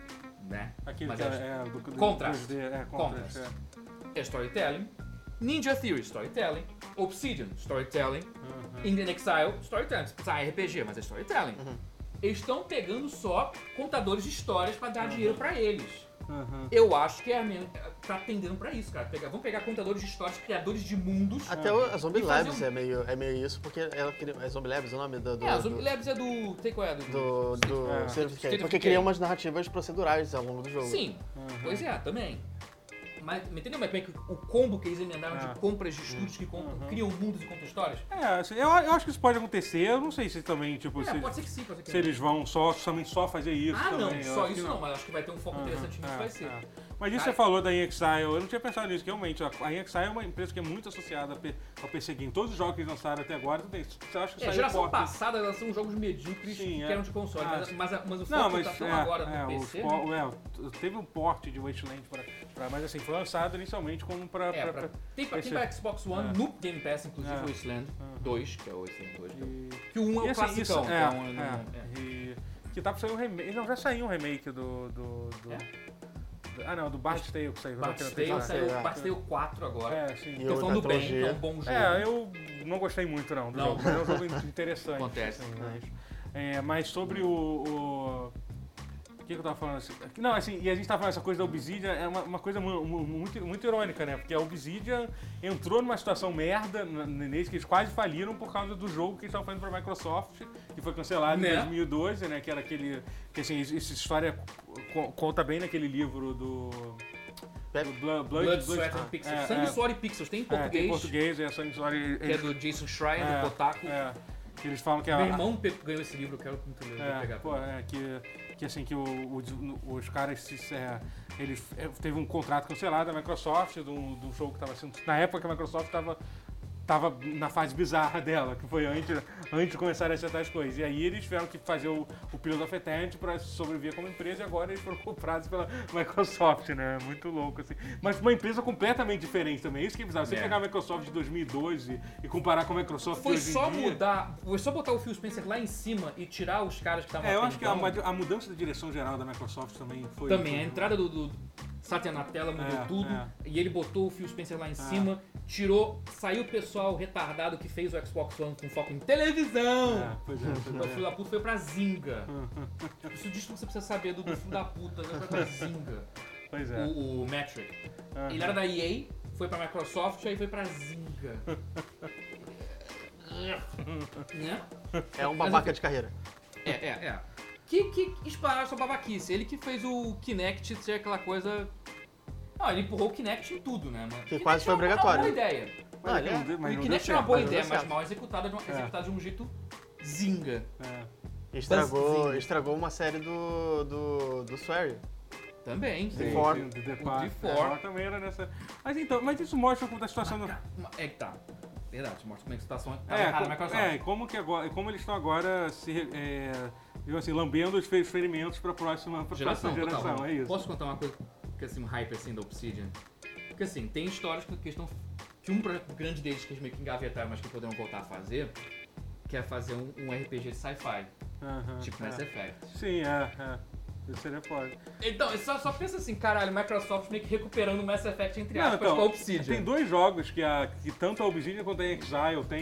né? Aquele Mas que é, é- é, do, do, Contrast. dois D, é, Contrast. Contrast. É. é storytelling. Ninja Theory, storytelling. Obsidian, storytelling. Uhum. Indian Exile, storytelling. Você pensa, ah, é R P G, mas é storytelling. Eles estão pegando só contadores de histórias pra dar dinheiro pra eles. Uhum. Eu acho que é a minha, tá tendendo pra isso, cara. Pegar, vamos pegar contadores de histórias, criadores de mundos. Até o, a Zombie E fazer Labs um- é, meio, é meio isso, porque ela queria. É Zombie Labs o nome do. do é, a do- Zombie Labs é do... Tem qual é? Do... do, do É. State of Decay, State of porque Decay. cria umas narrativas procedurais ao longo do jogo. Sim, pois é, também. Mas, entendeu? Mas como é que o combo que eles emendaram É. de compras de estúdios que contam, criam mundos e contam histórias? É, assim, eu, eu acho que isso pode acontecer, eu não sei se também, tipo, É, se, pode ser que sim, pode ser que se não. eles vão só, também só fazer isso Ah, também. não, eu só acho que isso não, mas acho que vai ter um foco interessante nisso, É, vai ser. é. Mas isso Cara- você falou da InXile, eu não tinha pensado nisso, que realmente a a InXile é uma empresa que é muito associada a P- ao P C Game. Todos os jogos que eles lançaram até agora, tudo bem. Você acha que É, saiu geração porte- passada elas são jogos medíocres Sim, que é. eram de console, Ah, mas, mas, a- mas o Não, foco mas tá tão é, agora é, no os P C. po- é, t- teve um porte de Wasteland pra, pra- mas assim, foi lançado inicialmente como pra... É, pra- pra, pra- tem, pra, esse- tem pra Xbox One, É. no Game Pass, inclusive, É. o Wasteland Uhum. dois, que é o Wasteland dois. Que, é o- e- que o um é o E assim, classicão, isso- que é, é um... é, é. e- que tá pra sair um remake. Não, já saiu um remake do. do, do- É? do- ah, não, do Bard's Tale que saiu. Bard's naquela Tale temporada. saiu, é. Bard's Tale quatro agora. É, sim. E Tô o falando da bem, que trilogia. é um bom jogo. É, eu não gostei muito não do Não. jogo. mas É um jogo interessante. Acontece. assim, mas, é, mas sobre o. o o que, que eu tava falando? Assim? Não, assim, e a gente tava falando essa coisa da Obsidian, é uma, uma coisa mu- mu- muito, muito irônica, né? Porque a Obsidian entrou numa situação merda n- nesse que eles quase faliram por causa do jogo que eles estavam fazendo pra Microsoft, que foi cancelado Né? em dois mil e doze, né? Que era aquele. Que assim, essa história co- conta bem naquele livro do. Pe- do Blood, Blood, Blood, Sweat and Pixels. é, Sangue, é, Suor e Pixels. Tem em é, tem português, em português, é Sangue, Suor e. que é do Jason Schreier, é, do Kotaku. é, que eles falam que a, Meu irmão pe- ganhou esse livro, eu quero muito ler, vou É, pegar. pô, é que, que assim, que o, o- os caras, se, é, eles é, teve um contrato cancelado da Microsoft, de um, de um jogo que estava sendo, na época que a Microsoft estava tava na fase bizarra dela, que foi antes, antes de começar a acertar as coisas. E aí eles tiveram que fazer o, o Pillars of Eternity para sobreviver como empresa e agora eles foram comprados pela Microsoft, né? Muito louco, assim. Mas uma empresa completamente diferente também. Isso que é bizarro. Você É. pegar a Microsoft de dois mil e doze e comparar com a Microsoft Foi de hoje só em dia... mudar, foi só botar o Phil Spencer lá em cima e tirar os caras que estavam É, eu até acho que a, então. a mudança da direção geral da Microsoft também foi... Também, foi- a entrada do, do Satya Nadella mudou É, tudo, é. e ele botou o Phil Spencer lá em cima, tirou, saiu o pessoal retardado que fez o Xbox One com foco em televisão. É, pois é, pois Então o é. filho da puta foi pra Zynga. Isso diz tudo que você precisa saber do, do filho da puta, né? Foi pra Zynga. Pois é. O, o Metric. Aham. Ele era da E A, foi pra Microsoft, aí foi pra Zynga. né? É um babaca de carreira. É, é, é. Que, que espalharam sua babaquice. Ele que fez o Kinect ser aquela coisa... Não, ele empurrou o Kinect em tudo, né? Mas Que Kinect quase foi é uma- obrigatório. Uma boa ideia. Não, ele é- Mas o não deu Kinect é uma certo, boa mas não ideia, deu mas certo. mal executada de, uma, executada de um jeito Zynga. É. Estragou, Sim. estragou uma série do, do, do Swery. Também. The Sim, For. sim, The The Depart. For. É, ela também era nessa... Mas então, mas isso mostra como da situação... do- É que tá. Verdade, mostra como é que a situação tá É, errada co- na Microsoft. é, como que agora, como eles estão agora se, é, eu, assim, lambendo os fe- experimentos para a próxima, pra Geração, próxima total. geração, é isso. Posso contar uma coisa que assim, um hype assim da Obsidian? Porque assim, tem histórias que, que estão. Que um projeto grande deles que eles meio que engavetaram, mas que poderão voltar a fazer, que é fazer um, um R P G de sci-fi, Aham, tipo é. Mass Effect. Sim, é, é. Isso seria foda. Então, só, só pensa assim, caralho, Microsoft meio que recuperando o Mass Effect entre Não, aspas então, com a Obsidian. tem dois jogos que, a, que tanto a Obsidian quanto a Exile tem. A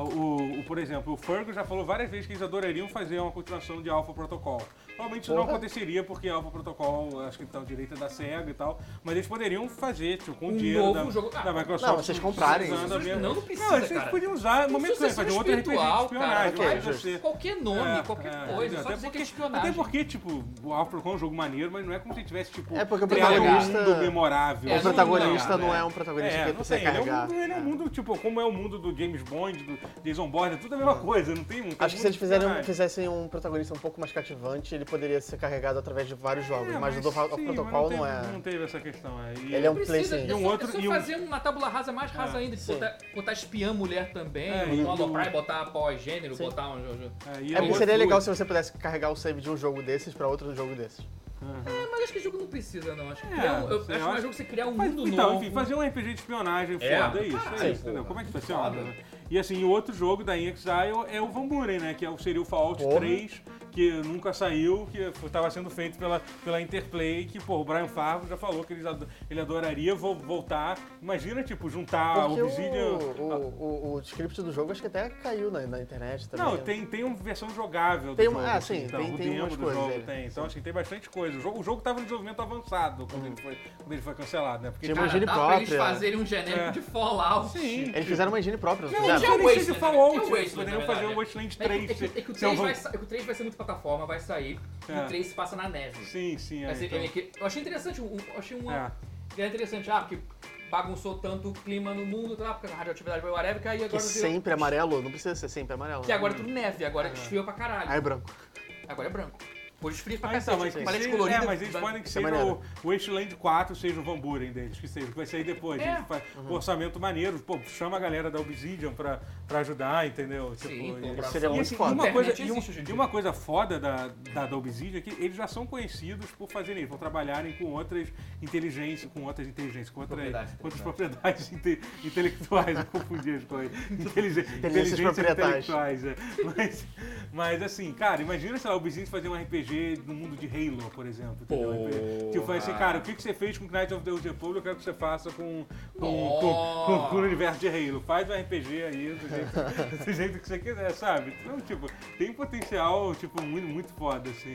o, o, por exemplo, o Fergus já falou várias vezes que eles adorariam fazer uma continuação de Alpha Protocol. Provavelmente isso não Porra. aconteceria, porque Alpha Protocol, acho que tá o direito da SEGA e tal, mas eles poderiam fazer, tipo, com Um dinheiro novo da, jogo. Ah, da Microsoft. não, vocês comprarem usando a isso. mesma- Não, não precisa, Não, eles cara. podiam usar, no momento que Sucessão fazer outro R P G de espiritual, espionagem. cara. vai Ok, ser- Qualquer nome, É, qualquer é, coisa, até só dizer que é porque- espionagem. Até porque, tipo, o Alpha Protocol é um jogo maneiro, mas não é como se tivesse, tipo, É, porque o criado protagonista- um mundo memorável. É, O protagonista não, não é. é um protagonista É, que não você tem. Ele é, um carregar. mundo, ele é um mundo, tipo, como é o mundo do James Bond, do Jason Bourne, é tudo a mesma coisa, não tem um. tem Acho um que se mundo eles de fizerem, personagem. fizessem um protagonista um pouco mais cativante, ele poderia ser carregado através de vários jogos. É, mas o do Alpha sim, Protocol mas não, teve, é. Não teve essa questão. É. E- Ele é um Precisa, PlayStation. é E um só, outro- é só e um- fazer uma tábula rasa mais rasa É, ainda, de sim. botar, botar espiã mulher também, É, botar e um o- aloprar e botar pós-gênero, Sim. botar um... É, e É o porque outro seria fluid. legal se você pudesse carregar o save de um jogo desses pra outro jogo desses. É, mas acho que o jogo não precisa, não. Acho que É, criar um, eu sei, acho eu mais acho- jogo você criar um Mas, mundo então, novo. enfim, fazer um R P G de espionagem É, foda, é isso, caralho, é isso, entendeu? porra. Como é que funciona? Foda. Né? E assim, o outro jogo da InXile é o Van Buren, né? Que é o, seria o Fallout Porra. três, que nunca saiu, que estava sendo feito pela, pela Interplay, que, pô, o Brian Fargo já falou que ele, ado- ele adoraria vo- voltar. Imagina, tipo, juntar a Porque Obsidian... o, o, o, o script do jogo acho que até caiu na, na internet também. Não, tem, tem uma versão jogável Tem do uma- jogo. ah, assim, sim, então, tem- o tem demo umas do coisas jogo dele. tem. Então, acho que tem bastante coisa. O jogo, o jogo tava em desenvolvimento avançado quando, ele, foi, quando ele foi cancelado, né? Porque Tinha tinha- uma Cara, engine dá pra eles própria. fazerem um genérico É. de Fallout. Sim. Eles fizeram uma engine própria, não Não, fizeram? já não é o precisa de Wasteland, Fallout, é o eles Wasteland, poderiam na fazer verdade. o Wasteland É que, três. é que- é que o se é um três vai, van- sa- é que o três vai ser multiplataforma, vai sair, e É. o três se passa na neve. Sim, sim. Vai É, ser- então. é que- eu achei interessante, um, eu achei uma É. ideia interessante, ah, porque bagunçou tanto o clima no mundo, tá, porque a radioatividade foi whatever, que aí Que agora virou- sempre amarelo, não precisa ser sempre amarelo. Que agora é tudo neve, agora esfriou pra caralho. Aí é branco. Agora é branco. Hoje esfria pra Ah, cacete, então, mas mas que palete seja- colorida. é, mas eles vai- podem que Isso é seja o, maneiro. o Wasteland quatro seja o Van Buren deles, que seja, que vai sair depois. É. Eles faz- um orçamento maneiro, pô, chama a galera da Obsidian pra, pra ajudar, entendeu? Sim, Tipo, e- colaboração. seria e, muito assim, foda. e uma Internet coisa, e, um- existe hoje em e dia. uma coisa foda da, da, da Obsidian é que eles já são conhecidos por fazerem isso, por trabalharem com outras inteligências, com outras inteligências, com outras Propriedades com outras propriedades inte- intelectuais, eu confundi as coisas. Inteligen- Inteligências proprietárias. intelectuais, é. Mas, mas assim, cara, imagina se a Obsidian fazer um R P G no mundo de Halo, por exemplo. Entendeu? Porra. Tipo, assim, cara, o que que você fez com Knights of the Old Republic, eu quero que você faça com, com, Nossa. com, com- com o universo de Halo. Faz um R P G aí do jeito, do jeito que você quiser, sabe? Então, tipo, tem potencial, tipo, muito, muito foda, assim.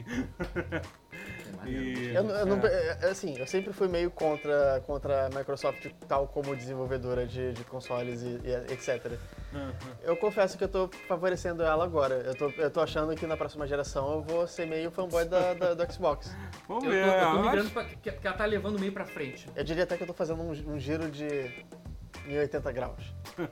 E- Eu, não- eu não- é. é, assim, eu sempre fui meio contra, contra a Microsoft tal como desenvolvedora de, de consoles e, e etcétera. Uhum. Eu confesso que eu tô favorecendo ela agora. Eu tô, eu tô achando que na próxima geração eu vou ser meio fanboy da, da- do Xbox. Vamos Eu tô, ver. eu tô eu migrando acho- pra que, que ela tá levando meio pra frente. Eu diria até que eu tô fazendo um, um giro de mil e oitenta graus.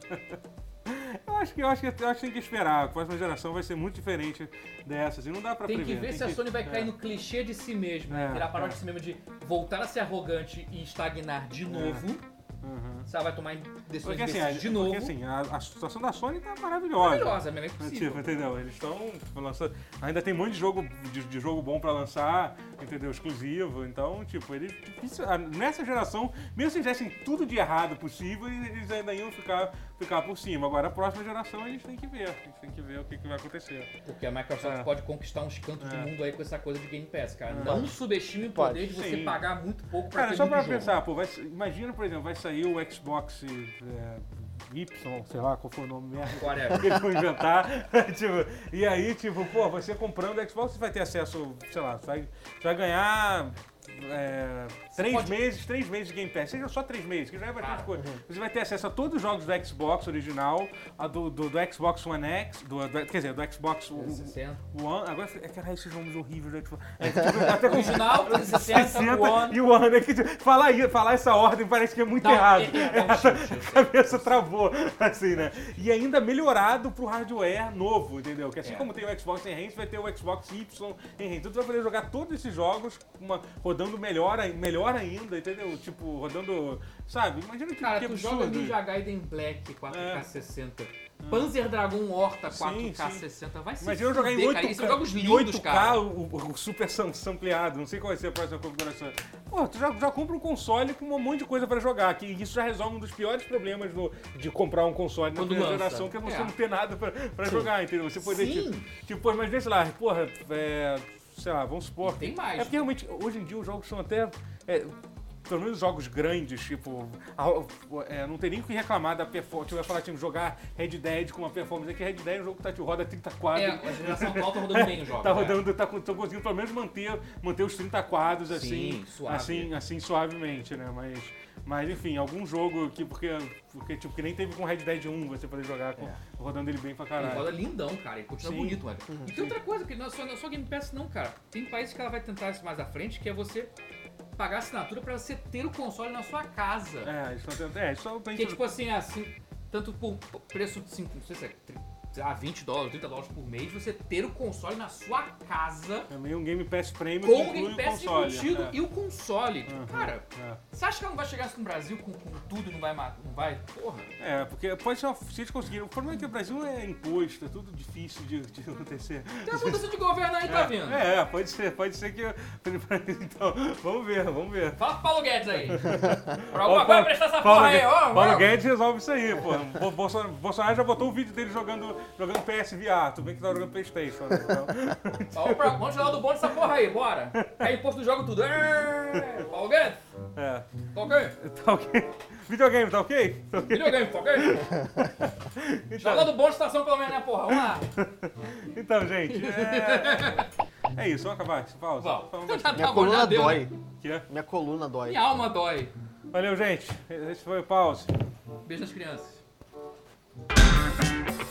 Eu acho que eu acho que eu acho que tem que esperar. A próxima geração vai ser muito diferente dessa. Assim, não dá pra Tem prever. que ver se a que- Sony vai é. cair no clichê de si mesma, É, virar paródia é. de si mesma de voltar a ser arrogante e estagnar de novo. Uhum. Se ela vai tomar decisões Porque assim, a, imbecis de novo. porque, assim a, a situação da Sony tá maravilhosa. Maravilhosa, mas não é possível. Tipo, entendeu? Eles estão lançando. Ainda tem muito de jogo, de, de jogo bom pra lançar, entendeu? Exclusivo. Então, tipo, eles. difícil- ah, Nessa geração, mesmo se fizessem tudo de errado possível, eles ainda iam ficar, ficar por cima. Agora, a próxima geração, eles têm que ver. Eles têm que ver o que, que vai acontecer. Porque a Microsoft É. pode conquistar uns cantos do É. mundo aí com essa coisa de Game Pass, cara. É. Não subestime o Pode. poder de você Sim. pagar muito pouco pra Cara, ter só muito pra jogo. pensar, pô, vai, imagina, por exemplo, vai sair o Xbox é, Y, sei lá qual foi o nome mesmo. Whatever. Que eles vão inventar. Tipo, e aí, tipo, pô, você comprando o Xbox, você vai ter acesso, sei lá, você vai, você vai ganhar é, três pode- meses, três meses de Game Pass. Seja só três meses, que já é bastante Ah, coisa. Você vai ter acesso a todos os jogos do Xbox original, a do, do, do Xbox One X, do, do- quer dizer, do Xbox sessenta. One. Agora, é que era esses nomes horríveis do Xbox. É, que, tipo, até com Original, sessenta, sessenta One. e o One. É que, tipo, falar, aí- falar essa ordem parece que é muito Não, errado. é- é- é um chute, A cabeça travou, assim, né? E ainda melhorado pro hardware novo, entendeu? Que assim É. como tem o Xbox em range, vai ter o Xbox Y em range. Então tu vai poder jogar todos esses jogos com uma, rodando melhor, ai- melhor ainda, entendeu? Tipo, rodando, sabe? Imagina que, Cara, que tu absurdo. joga Ninja Gaiden Black quatro K É. sessenta. Panzer Dragon Horta Sim, quatro K sim. sessenta. Vai se Imagina eu jogar em fuder, oito K, cara. Esses são jogos em lindos, oito K cara. o, o- o super sam- sampleado, não sei qual vai ser a próxima configuração. Pô, tu já, já compra um console com um monte de coisa pra jogar, que isso já resolve um dos piores problemas do- de comprar um console na Quando primeira lança. geração, que é você É. não ter nada pra, pra jogar, entendeu? Você poder, Sim. tipo, tipo, pô, mas vê, sei lá, porra, é, sei lá, vamos supor. Tem mais. É porque realmente, hoje em dia os jogos são até... é, pelo menos jogos grandes, tipo, a, é, não tem nem o que reclamar da performance. Tipo, eu ia falar, tipo, jogar Red Dead com uma performance. É que Red Dead é um jogo que tá, tipo, roda trinta quadros. É, a geração atual tá rodando bem o jogo. Tá né? rodando, tá, tô conseguindo pelo menos manter, manter os trinta quadros assim, Sim, suave. assim, assim, suavemente, né? Mas, mas enfim, algum jogo que, porque, porque tipo, que nem teve com Red Dead um, você poder jogar com, rodando ele bem pra Ele caralho. roda lindão, cara. Ele continua Sim. bonito, mano. E tem outra coisa, que não é só, não é só Game Pass não, cara. Tem países que ela vai tentar isso mais à frente, que é você pagar assinatura pra você ter o console na sua casa. É, isso não tem, é, isso Que é tipo assim, assim, tanto por preço de cinco, não sei se é ah, vinte dólares, trinta dólares por mês, você ter o console na sua casa é meio um Game Pass Premium com que o inclui Game Pass console. embutido é. e o console. Tipo, Uhum, cara, é. você acha que ela não vai chegar assim no Brasil com, com tudo e não vai matar? Não vai? Porra. É, porque pode ser uma, se eles conseguirem. O problema é que o Brasil é imposto, é tudo difícil de, de acontecer. Tem uma mudança de governo aí, tá vendo? É, é, pode ser, pode ser que. Então, vamos ver, vamos ver. Fala pro Paulo Guedes aí. Pra Ó, alguma coisa prestar essa Paulo porra aí, Guedes- ó. Paulo ó. Guedes resolve isso aí, pô. O Bolsonaro, Bolsonaro já botou o vídeo dele jogando, jogando P S V R, tudo bem que tá jogando Playstation. Então. Vamos, pra, vamos tirar do bonde essa porra aí, bora. É imposto do jogo tudo. É, Paulo Guedes, É. tá ok? Tá ok. Videogame, tá ok? Tá ok? Videogame, tá ok? Joga do bonde estação pelo menos, né, porra? Vamos lá. Então, gente, é... é isso, vamos acabar essa pausa? Vamos. Falando Já bastante. Minha tá bom, já coluna deu, dói. né? Que é? Minha coluna dói. Minha alma dói. Valeu, gente. Esse foi o pause. Beijo nas crianças.